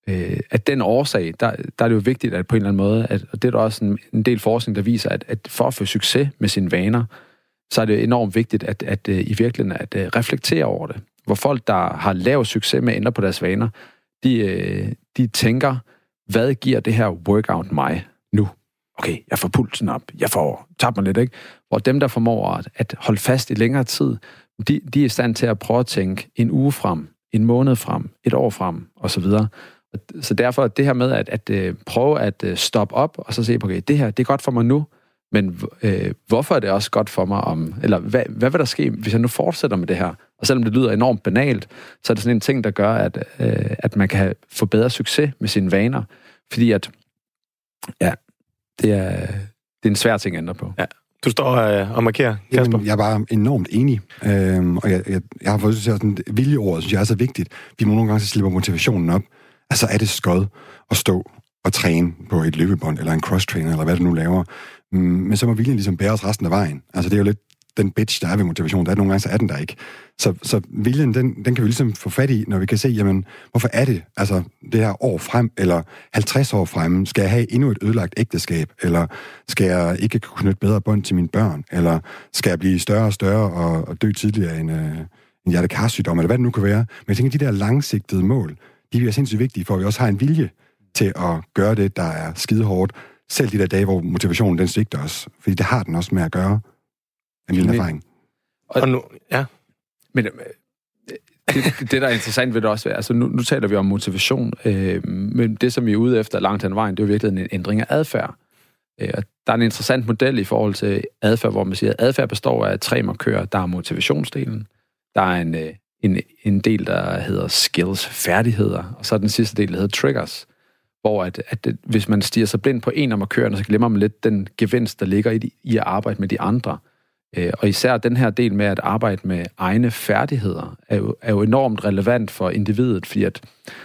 øh, at den årsag, der, der er det jo vigtigt, at på en eller anden måde, at, og det er der også en, en del forskning, der viser, at, at for at få succes med sine vaner, så er det enormt vigtigt, at, at, at i virkeligheden at, at reflektere over det. Hvor folk, der har lavet succes med at ændre på deres vaner, de, de tænker, hvad giver det her workout mig nu? Okay, jeg får pulsen op, jeg får tabt mig lidt, ikke? Hvor dem, der formår at, at holde fast i længere tid, de, de er i stand til at prøve at tænke en uge frem, en måned frem, et år frem, og så videre. Så derfor det her med at, at, at prøve at stoppe op, og så se på, okay, det her, det er godt for mig nu, men øh, hvorfor er det også godt for mig om, eller hvad, hvad vil der ske, hvis jeg nu fortsætter med det her? Og selvom det lyder enormt banalt, så er det sådan en ting, der gør, at, øh, at man kan få bedre succes med sine vaner. Fordi at, ja, det er, det er en svær ting at ændre på. Ja. Du står øh, og markerer, Kasper. Jamen, jeg er bare enormt enig. Øhm, og jeg, jeg, jeg har fået sådan viljeordet, synes jeg er så vigtigt. Vi må nogle gange så slipper motivationen op. Altså er det skød at stå og træne på et løbebånd, eller en cross-trainer, eller hvad du nu laver. Mm, men så må viljen ligesom bære os resten af vejen. Altså det er jo lidt den bitch, der er ved motivation. Der er nogle gange, så er den der ikke. Så, så viljen, den, den kan vi ligesom få fat i, når vi kan se, jamen, hvorfor er det, altså det her år frem, eller halvtreds år frem, skal jeg have endnu et ødelagt ægteskab, eller skal jeg ikke kunne knytte bedre bånd til mine børn, eller skal jeg blive større og større og, og dø tidligere end øh, en hjertekarsygdom, eller hvad det nu kan være. Men jeg tænker, de der langsigtede mål, de er sindssygt vigtige, for at vi også har en vilje til at gøre det, der er skide hårdt, selv de der dage, hvor motivationen den svigter os. Fordi det har den også med at gøre en lille erfaring. Og, og nu, ja. Men det, det, der er interessant ved det også, altså nu, nu taler vi om motivation, øh, men det, som vi er ude efter langt hen vejen, det er jo virkelig en ændring af adfærd. Øh, og der er en interessant model i forhold til adfærd, hvor man siger, at adfærd består af tre markører. Der er motivationsdelen, der er en, en, en del, der hedder skills, færdigheder, og så er den sidste del, der hedder triggers. Hvor at, at det, hvis man stiger sig blind på en af markørerne, så glemmer man lidt den gevinst, der ligger i, i at arbejde med de andre. Øh, og især den her del med at arbejde med egne færdigheder, er jo, er jo enormt relevant for individet, fordi at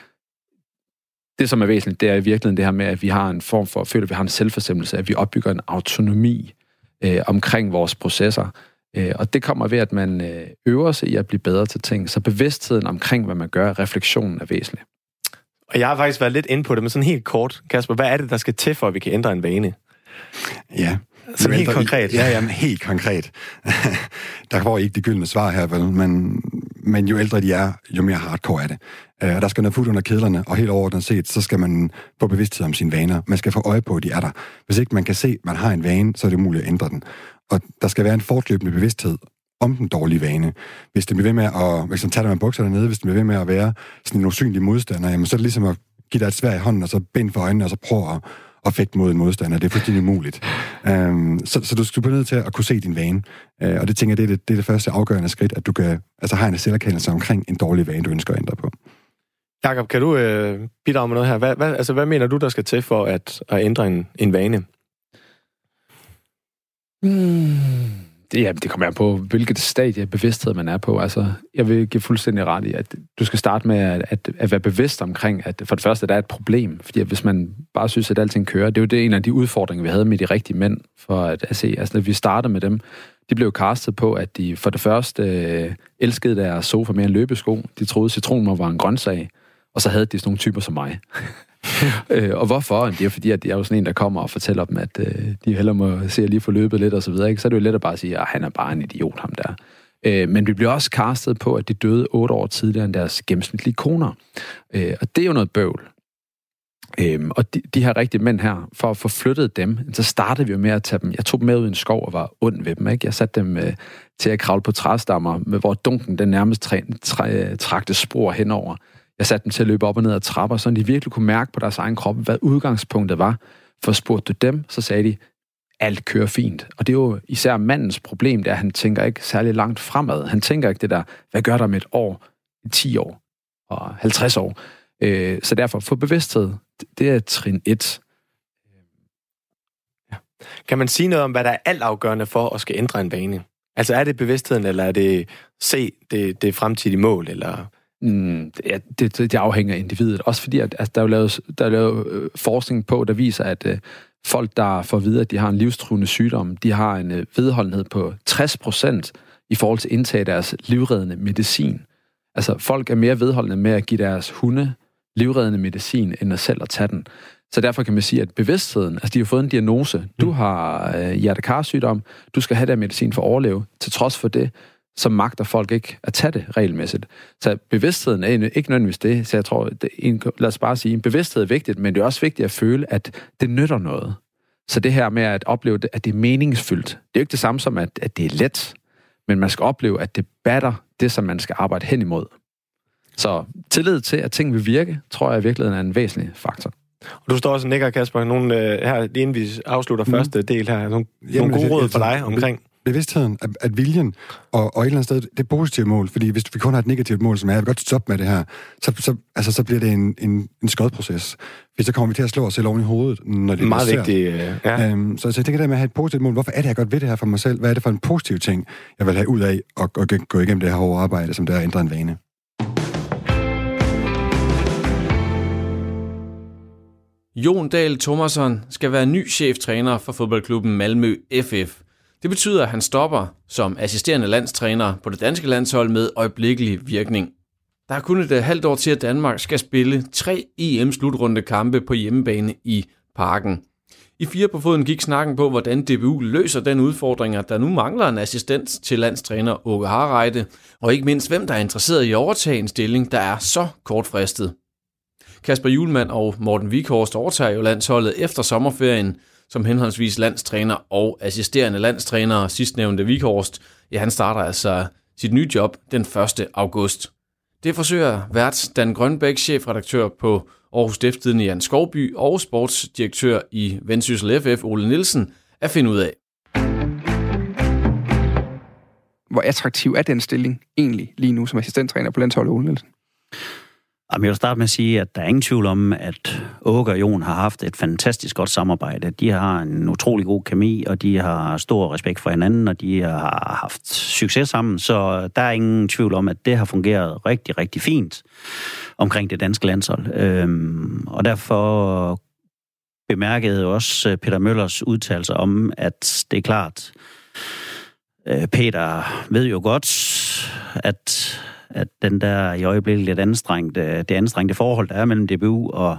det, som er væsentligt, det er i virkeligheden det her med, at vi har en form for, føler, at vi har en selvforsættelse, at vi opbygger en autonomi øh, omkring vores processer. Øh, og det kommer ved, at man øh, øver sig i at blive bedre til ting. Så bevidstheden omkring, hvad man gør, refleksionen er væsentlig. Og jeg har faktisk været lidt inde på det, men sådan helt kort, Kasper, hvad er det, der skal til, for at vi kan ændre en vane? Ja. Så helt konkret. Ja, jamen, helt konkret. Der får ikke de gyldne svar her, vel? Men, men jo ældre de er, jo mere hardcore er det. Og der skal noget fuld under kedlerne, og helt overordnet set, så skal man få bevidsthed om sine vaner. Man skal få øje på, at de er der. Hvis ikke man kan se, at man har en vane, så er det muligt at ændre den. Og der skal være en fortløbende bevidsthed om den dårlige vane. Hvis det bliver ved med at, hvis man tager med bukserne nede, hvis det bliver ved med at være sådan en usynlig modstander, jamen så er det ligesom at give dig et sværd i hånden, og så bind for øjnene, og så prøve at, at fægte mod en modstander. Det er fuldstændig umuligt. Um, så, så du skal blive nødt til at kunne se din vane. Uh, og det tænker jeg, det er det, det er det første afgørende skridt, at du kan altså have en selverkendelse omkring en dårlig vane, du ønsker at ændre på. Jakob, kan du øh, bidrage med noget her? Hvad, hvad, altså, hvad mener du, der skal til for at, at ændre en, en vane? Hmm. Det, ja, det kommer an på, hvilket stadie af bevidsthed man er på. Altså, jeg vil give fuldstændig ret i, at du skal starte med at, at, at være bevidst omkring, at for det første, der er et problem. Fordi at hvis man bare synes, at alting kører, det er jo det en af de udfordringer, vi havde med de rigtige mænd, for at, at se, altså, når vi startede med dem, de blev castet på, at de for det første øh, elskede deres sofa mere end løbesko. De troede, citronen var en grøntsag, og så havde de sådan nogle typer som mig. øh, og hvorfor? Det er fordi, at jeg er jo sådan en, der kommer og fortæller dem, at øh, de hellere må se at lige få løbet lidt og så videre. Ikke? Så er det jo let at bare sige, at han er bare en idiot, ham der. Øh, men vi blev også castet på, at de døde otte år tidligere end deres gennemsnitlige koner. Øh, og det er jo noget bøvl. Øh, og de, de her rigtige mænd her, for at få flyttet dem, så startede vi jo med at tage dem. Jeg tog dem med ud i en skov og var ond ved dem. Ikke? Jeg satte dem øh, til at kravle på træstammer, med, hvor dunken den nærmest træ, træ, trakte spor henover. Jeg satte dem til at løbe op og ned ad trapper, så de virkelig kunne mærke på deres egen krop, hvad udgangspunktet var. For spurgte du dem, så sagde de, alt kører fint. Og det er jo især mandens problem, det er, at han tænker ikke særlig langt fremad. Han tænker ikke det der, hvad gør der med et år, ti år og halvtreds år. Så derfor, få bevidsthed, det er trin et. Ja. Kan man sige noget om, hvad der er altafgørende for at skal ændre en vane? Altså er det bevidstheden, eller er det se det, det fremtidige mål, eller... Mm, det, det, det afhænger af individet. Også fordi, at altså, der er jo lavet, der er lavet øh, forskning på, der viser, at øh, folk, der får at vide, at de har en livstruende sygdom, de har en øh, vedholdenhed på tres procent i forhold til indtag af deres livreddende medicin. Altså, folk er mere vedholdende med at give deres hunde livreddende medicin, end at selv at tage den. Så derfor kan man sige, at bevidstheden, altså de har fået en diagnose, du har øh, hjertekarsygdom, du skal have der medicin for at overleve. Til trods for det, så magter folk ikke at tage det regelmæssigt. Så bevidstheden er ikke nødvendigvis det, så jeg tror, det en, lad os bare sige, bevidsthed er vigtigt, men det er også vigtigt at føle, at det nytter noget. Så det her med at opleve, at det er meningsfyldt, det er jo ikke det samme som, at, at det er let, men man skal opleve, at det batter det, som man skal arbejde hen imod. Så tillid til, at ting vil virke, tror jeg i virkeligheden er en væsentlig faktor. Og du står også og nikker, Kasper, nogle, øh, her, lige inden vi afslutter mm. første del her, nogle, Jamen, nogle gode råd for dig omkring bevidstheden, at, at viljen og, og et eller andet sted, det er positivt mål, fordi hvis vi kun har et negativt mål, som er, jeg vil godt stoppe med det her, så, så, altså, så bliver det en, en, en skodproces. Fordi så kommer vi til at slå os selv oven i hovedet, når det er meget vigtigt. Ja. Øhm, så, så jeg tænker det med at have et positivt mål. Hvorfor er det, jeg godt ved det her for mig selv? Hvad er det for en positiv ting, jeg vil have ud af at, at gå igennem det her hårde arbejde, som der er at ændre en vane? Jon Dahl Thomasson skal være ny cheftræner for fodboldklubben Malmö F F. Det betyder, at han stopper som assisterende landstræner på det danske landshold med øjeblikkelig virkning. Der er kun et halvt år til, at Danmark skal spille tre E M-slutrunde kampe på hjemmebane i Parken. I Fire på Foden gik snakken på, hvordan D B U løser den udfordring, at der nu mangler en assistent til landstræner Åke Hareide, og ikke mindst hvem der er interesseret i at overtage en stilling, der er så kortfristet. Kasper Hjulmand og Morten Wieghorst overtager jo landsholdet efter sommerferien som henholdsvis landstræner og assisterende landstræner. Sidstnævnte Wieghorst, ja, han starter altså sit nye job den første august. Det forsøger vært Dan Grønbæk, chefredaktør på Aarhus Stiftstidende Jan Skovby og sportsdirektør i Vendsyssel F F Ole Nielsen at finde ud af. Hvor attraktiv er den stilling egentlig lige nu som assistenttræner på landsholdet, Ole Nielsen? Jeg vil starte med at sige, at der er ingen tvivl om, at Åke og Jon har haft et fantastisk godt samarbejde. De har en utrolig god kemi, og de har stor respekt for hinanden, og de har haft succes sammen. Så der er ingen tvivl om, at det har fungeret rigtig, rigtig fint omkring det danske landshold. Øhm, og derfor bemærkede jeg også Peter Møllers udtalelse om, at det er klart, Peter ved jo godt, at at den der i øjeblikket lidt anstrengte, det anstrengte forhold, der er mellem D B U og,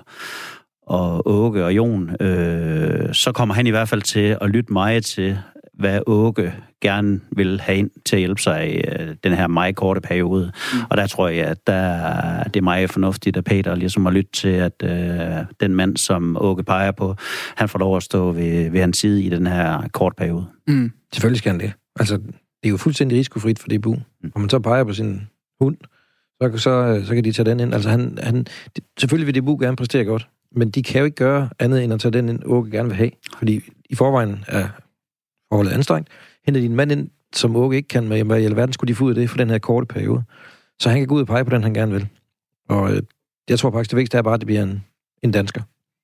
og Åke og Jon, øh, så kommer han i hvert fald til at lytte meget til, hvad Åke gerne vil have ind til at hjælpe sig i øh, den her meget korte periode. Mm. Og der tror jeg, at der, det er meget fornuftigt, at Peter ligesom har lyttet til, at øh, den mand, som Åke peger på, han får lov at stå ved, ved hans side i den her korte periode. Mm. Selvfølgelig skal han det. Altså, det er jo fuldstændig risikofrit for D B U. Mm. Når man så peger på sin hund, så, så, så kan de tage den ind. Altså han, han, selvfølgelig vil D B U gerne præstere godt, men de kan jo ikke gøre andet end at tage den ind, Åke gerne vil have. Fordi i forvejen er forholdet anstrengt. Henter de en mand ind, som Åke ikke kan med, hvad i alverden skulle de få ud af det for den her korte periode. Så han kan gå ud og pege på den, han gerne vil. Og øh, jeg tror faktisk, det vigtigste er bare, at det bliver en, en dansker.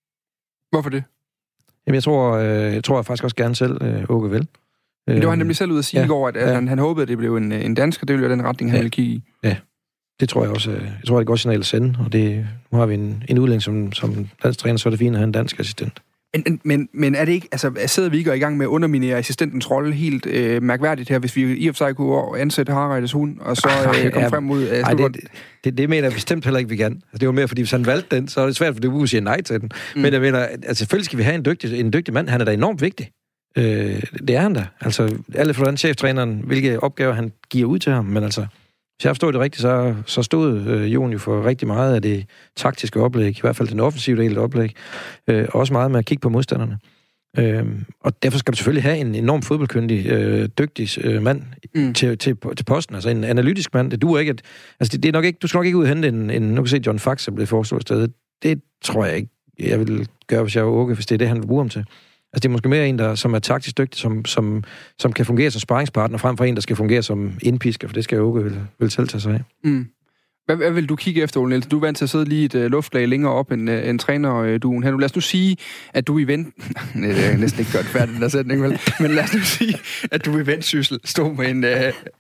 Hvorfor det? Jamen jeg tror, øh, jeg tror jeg faktisk også gerne selv, øh, Åke vil. Men det var han nemlig selv ud at sige ja, i går, at, at ja. han, han håbede, at det blev en, en dansker. Det ville være den retning, han ja. ville kigge i. Ja, det tror jeg også. Jeg tror, det er et godt signal at sende. Og det, nu har vi en, en udlænding som, som landstræner, så er det fint at have en dansk assistent. Men, men, men er det ikke, altså sidder vi ikke i gang med at underminere assistentens rolle helt øh, mærkværdigt her, hvis vi i og for sig kunne ansætte Hareides hund, og så øh, komme ja, frem mod... Øh, nej, det, det, det mener jeg bestemt heller ikke, vi kan. Altså, det var mere, fordi hvis han valgte den, så er det svært, for det er sige nej til den. Mm. Men jeg mener, altså selvfølgelig skal vi have en dygtig, en dygtig mand. Han er da enormt vigtig. Øh, det er han da. Altså, alle for den cheftræneren, hvilke opgaver han giver ud til ham, men altså, hvis jeg forstår det rigtigt, så, så stod øh, Jon jo for rigtig meget af det taktiske oplæg, i hvert fald den offensive del af oplæg, øh, også meget med at kigge på modstanderne. Øh, og derfor skal du selvfølgelig have en enormt fodboldkyndig, øh, dygtig øh, mand mm. til, til, til posten, altså en analytisk mand. Det duer ikke, at, altså det, det er nok ikke, du skal nok ikke ud og hente en, en nu kan se John Fax, der blev foreslået stedet. Det tror jeg ikke, jeg vil gøre, hvis jeg var Åke, hvis det er det, han vil bruge ham til. Altså det er måske mere en, der, som er taktisk dygtig, som, som, som kan fungere som sparringspartner, frem for en, der skal fungere som indpisker, for det skal Åke vel, vel selv tage sig af. Mm. Hvad, hvad vil du kigge efter, Ole Nielsen? Du er vant til at sidde lige et uh, luftlag længere op end, uh, end træner-duen her. Nu lad os nu sige, at du i vent... Nej, det er næsten ikke godt færdigt, den der sætning, vel? Men lad os nu sige, at du i Vendsyssel stod med en... Uh,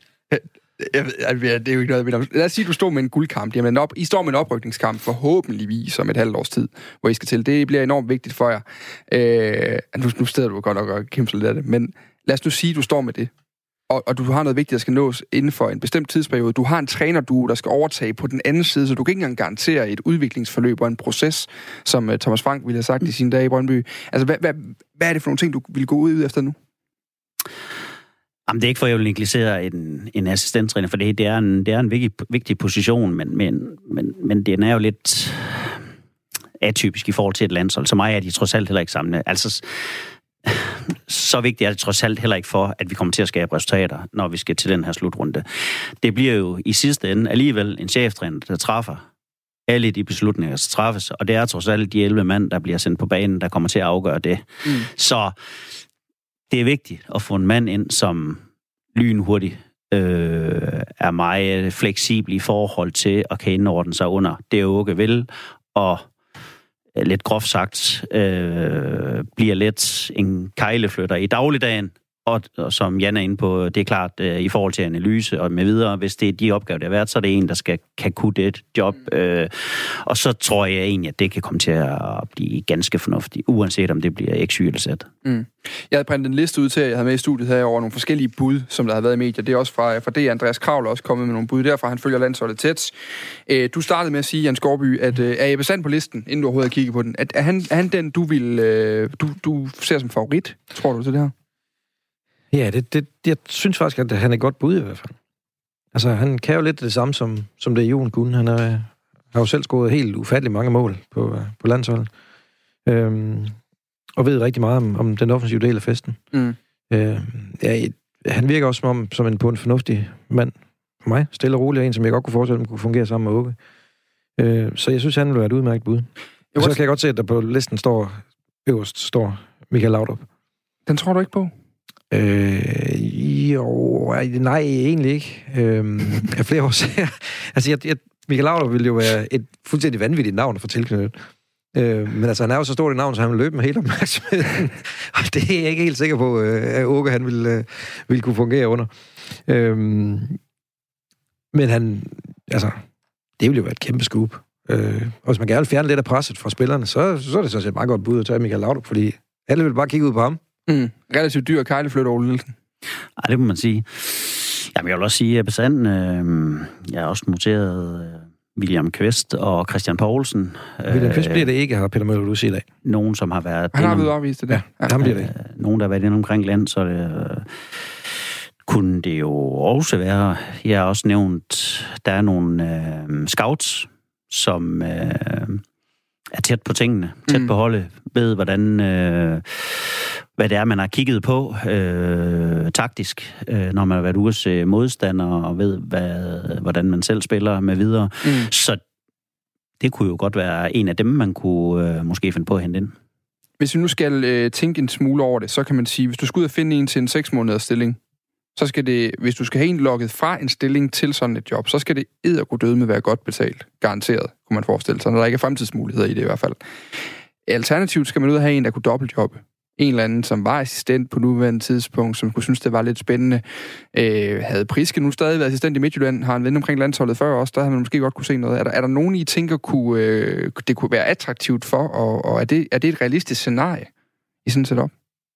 jeg ved, det er jo ikke noget, jeg lad os sige, at du står med en guldkamp. Jamen, op, I står med en oprykningskamp, forhåbentligvis om et halvt års tid, hvor I skal til. Det bliver enormt vigtigt for jer. Øh, nu, nu steder du godt nok og kæmpe lidt af det, men lad os nu sige, at du står med det. og, og du har noget vigtigt, der skal nås inden for en bestemt tidsperiode. Du har en trænerduo, der skal overtage på den anden side, så du kan ikke engang garantere et udviklingsforløb og en proces, som uh, Thomas Frank ville have sagt i sine dage i Brøndby. Altså, hvad, hvad, hvad er det for nogle ting, du vil gå ud efter nu? Jamen, det er ikke for, at jeg vil negligere en, en assistenttræner, for det, det er en, det er en vigtig, vigtig position, men, men, men, men den er jo lidt atypisk i forhold til et landshold. Så mig er de trods alt heller ikke sammen. Altså, så vigtigt er det trods alt heller ikke for, at vi kommer til at skabe resultater, når vi skal til den her slutrunde. Det bliver jo i sidste ende alligevel en cheftræner, der træffer alle de beslutninger, der træffes, og det er trods alt de elleve mand, der bliver sendt på banen, der kommer til at afgøre det. Mm. Så det er vigtigt at få en mand ind, som lynhurtigt øh, er meget fleksibel i forhold til at kan indordne sig under det Åke vil, og lidt groft sagt, øh, bliver let en kejleflytter i dagligdagen, og, og som Jan er inde på, det er klart, øh, i forhold til analyse og med videre, hvis det er de opgaver, der har været, så er det en, der skal kan kunne det job. Øh, og så tror jeg egentlig, at det kan komme til at blive ganske fornuftigt, uanset om det bliver X, Y eller Z. Mm. Jeg havde printet en liste ud til, at jeg havde med i studiet her over nogle forskellige bud, som der har været i medier. Det er også fra, fra det, Andreas Kravl også kommet med nogle bud derfra. Han følger landsholdet tæt. Øh, du startede med at sige, Jan Skovby, at øh, er Jeppe Sand på listen, inden du overhovedet har kigget på den? At, er, han, er han den, du, vil, øh, du, du ser som favorit, tror du til det her? Ja, det, det, jeg synes faktisk, at han er godt bud i hvert fald. Altså, han kan jo lidt det samme, som, som det Jon kunne. Han er, har jo selv scoret helt ufattelig mange mål på, på landsholdet. Øhm, og ved rigtig meget om, om den offensive del af festen. Mm. Øh, ja, han virker også som, om, som en, på en fornuftig mand. For mig, stille og rolig, en, som jeg godt kunne forestille mig kunne fungere sammen med Åke. Øh, så jeg synes, han vil være et udmærket bud. Og så kan jeg godt se, at der på listen står, øverst står Michael Laudrup. Den tror du ikke på? Øh, jo, nej, egentlig ikke. Øh, af flere år. Altså, jeg, jeg, Michael Laudrup ville jo være et fuldstændig vanvittigt navn at få tilknyttet. Øh, men altså, han er jo så stort et navn, så han vil løbe med helt opmærksomheden. Og det er jeg ikke helt sikker på, at Åke han ville, ville kunne fungere under. Øh, men han, altså, det ville jo være et kæmpe scoop. Øh, og hvis man gerne vil fjerne lidt af presset fra spillerne, så, så er det sådan set et meget godt bud at tage Michael Laudrup, fordi alle vil bare kigge ud på ham. Mm. Relativt dyr kejleflytter, Ole Nielsen. Ej, det må man sige. Jamen, jeg vil også sige, at Besand, øh, jeg har også noteret øh, William Kvist og Christian Poulsen. William Kvist bliver det ikke, har Peter Møller Lucy i dag. Nogen, som har været... Han har blevet afvist det der. Ja, han bliver det. Øh, nogen, der har været inde omkring land, så det, øh, kunne det jo også være. Jeg har også nævnt, der er nogle øh, scouts, som... Øh, er tæt på tingene, tæt mm. på holdet, ved hvordan, øh, hvad det er, man har kigget på øh, taktisk, øh, når man har været ude øh, modstander, og ved, hvad, hvordan man selv spiller med videre. Mm. Så det kunne jo godt være en af dem, man kunne øh, måske finde på at hente ind. Hvis vi nu skal øh, tænke en smule over det, så kan man sige, hvis du skal ud og finde en til en seks måneders stilling, så skal det, hvis du skal have en lukket fra en stilling til sådan et job, så skal det eddergoddødme være godt betalt. Garanteret, kunne man forestille sig, når der ikke er fremtidsmuligheder i det i hvert fald. Alternativt skal man ud og have en, der kunne dobbeltjobbe. En eller anden, som var assistent på nuværende tidspunkt, som kunne synes, det var lidt spændende. Øh, havde Priske nu stadig været assistent i Midtjylland, har en ven omkring landsholdet før også, der havde man måske godt kunne se noget. Er der, er der nogen, I tænker, kunne, øh, det kunne være attraktivt for, og, og er, det, er det et realistisk scenarie i sådan et setup?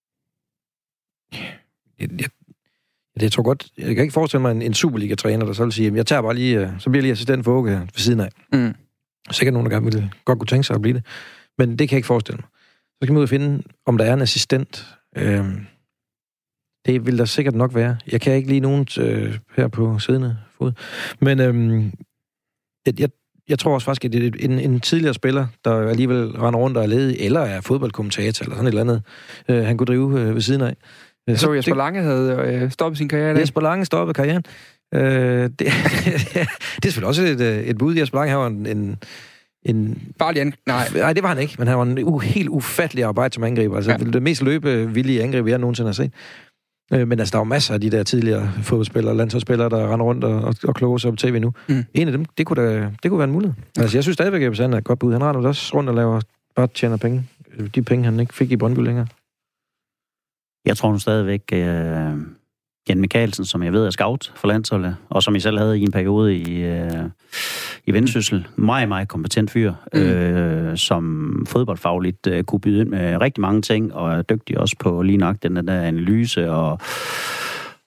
Jeg, jeg Det tror godt. Jeg kan ikke forestille mig en, en Superliga-træner, der så vil sige, jeg tager bare lige, så bliver jeg lige assistent for Åke her ved siden af. Mm. Sikkert nogen, der gerne ville, godt kunne tænke sig at blive det. Men det kan jeg ikke forestille mig. Så kan man ud og finde, om der er en assistent. Øhm, det vil der sikkert nok være. Jeg kan ikke lige nogen øh, her på siddende fod. Men øhm, jeg, jeg, jeg tror også faktisk, at det er en, en tidligere spiller, der alligevel render rundt og er ledig, eller er fodboldkommentator, eller sådan et eller andet, øh, han kunne drive øh, ved siden af. Så, så Jesper Lange havde øh, stoppet sin karriere? Jesper Lange stoppede karrieren. Øh, det, det er selvfølgelig også et, et bud. Jesper Lange var en... en, en Farlig an... Nej. Nej, det var han ikke, men han var en u, helt ufattelig arbejde som angriber. Altså, ja. Det mest løbevillige angriber, jeg nogensinde har set. Øh, men altså, der var masser af de der tidligere fodboldspillere, landsholdsspillere, der render rundt og, og, og kloger sig på tv nu. Mm. En af dem, det kunne, da, det kunne være en mulighed. Altså, jeg synes stadigvæk, at han er et godt bud. Han render også rundt og laver, bare tjener penge. De penge, han ikke fik i Brøndby længere. Jeg tror nu stadigvæk, øh, Jan Mikkelsen, som jeg ved er scout for landsholdet, og som I selv havde i en periode i, øh, i Vendsyssel, meget, meget kompetent fyr, mm. øh, som fodboldfagligt øh, kunne byde ind med rigtig mange ting, og er dygtig også på lige nok den der analyse, og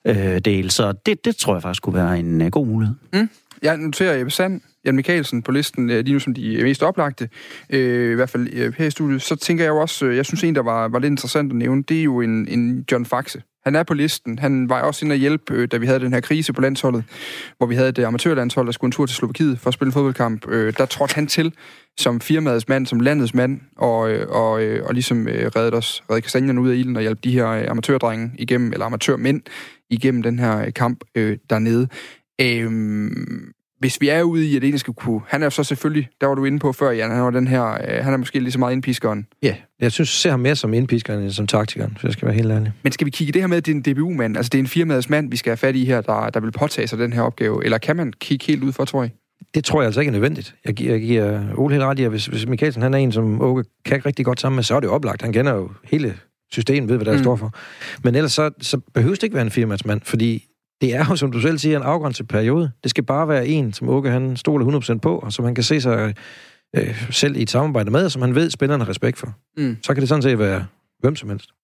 øh, del. Så det, det tror jeg faktisk kunne være en uh, god mulighed. Mm. Jeg noterer Jeppe Sand, Jan Mikkelsen på listen, lige nu som de mest oplagte, øh, i hvert fald øh, her i studiet. Så tænker jeg jo også, øh, jeg synes en, der var, var lidt interessant at nævne, det er jo en, en John Faxe. Han er på listen. Han var også inde at hjælpe, øh, da vi havde den her krise på landsholdet, hvor vi havde et amatørlandshold, der skulle en tur til Slovakiet for at spille en fodboldkamp. Øh, der trådte han til som firmaets mand, som landets mand, og, øh, og, øh, og ligesom øh, reddede os, reddede kastanjerne ud af ilden og hjalp de her øh, amatørdrenge igennem, eller amatørmænd igennem den her øh, kamp øh, dernede. Øh, Hvis vi er ude i, at det skal kunne... Han er jo så selvfølgelig, der var du inde på før, Jan, han var den her... Øh, han er måske lige så meget indpiskeren. Ja, jeg synes, jeg ser ham mere som indpiskeren end som taktikeren, så jeg skal være helt ærlig. Men skal vi kigge det her med, at det er en D B U-mand, altså det er en firmaets mand, vi skal have fat i her, der, der vil påtage sig den her opgave, eller kan man kigge helt ud for, tror jeg? Det tror jeg altså ikke er nødvendigt. Jeg giver, jeg giver Ole helt ret i, at hvis, hvis Mikkelsen han er en, som Åke kan rigtig godt sammen med, så er det oplagt. Han kender jo hele systemet, ved hvad der mm. står for. Men ellers så, så behøves det ikke være en firmaetsmand, fordi det er jo, som du selv siger, en afgrænset periode. Det skal bare være en, som Åke han stoler hundrede procent på, og som han kan se sig øh, selv i et samarbejde med, og som han ved, spillerne har respekt for. Mm. Så kan det sådan set være hvem som helst.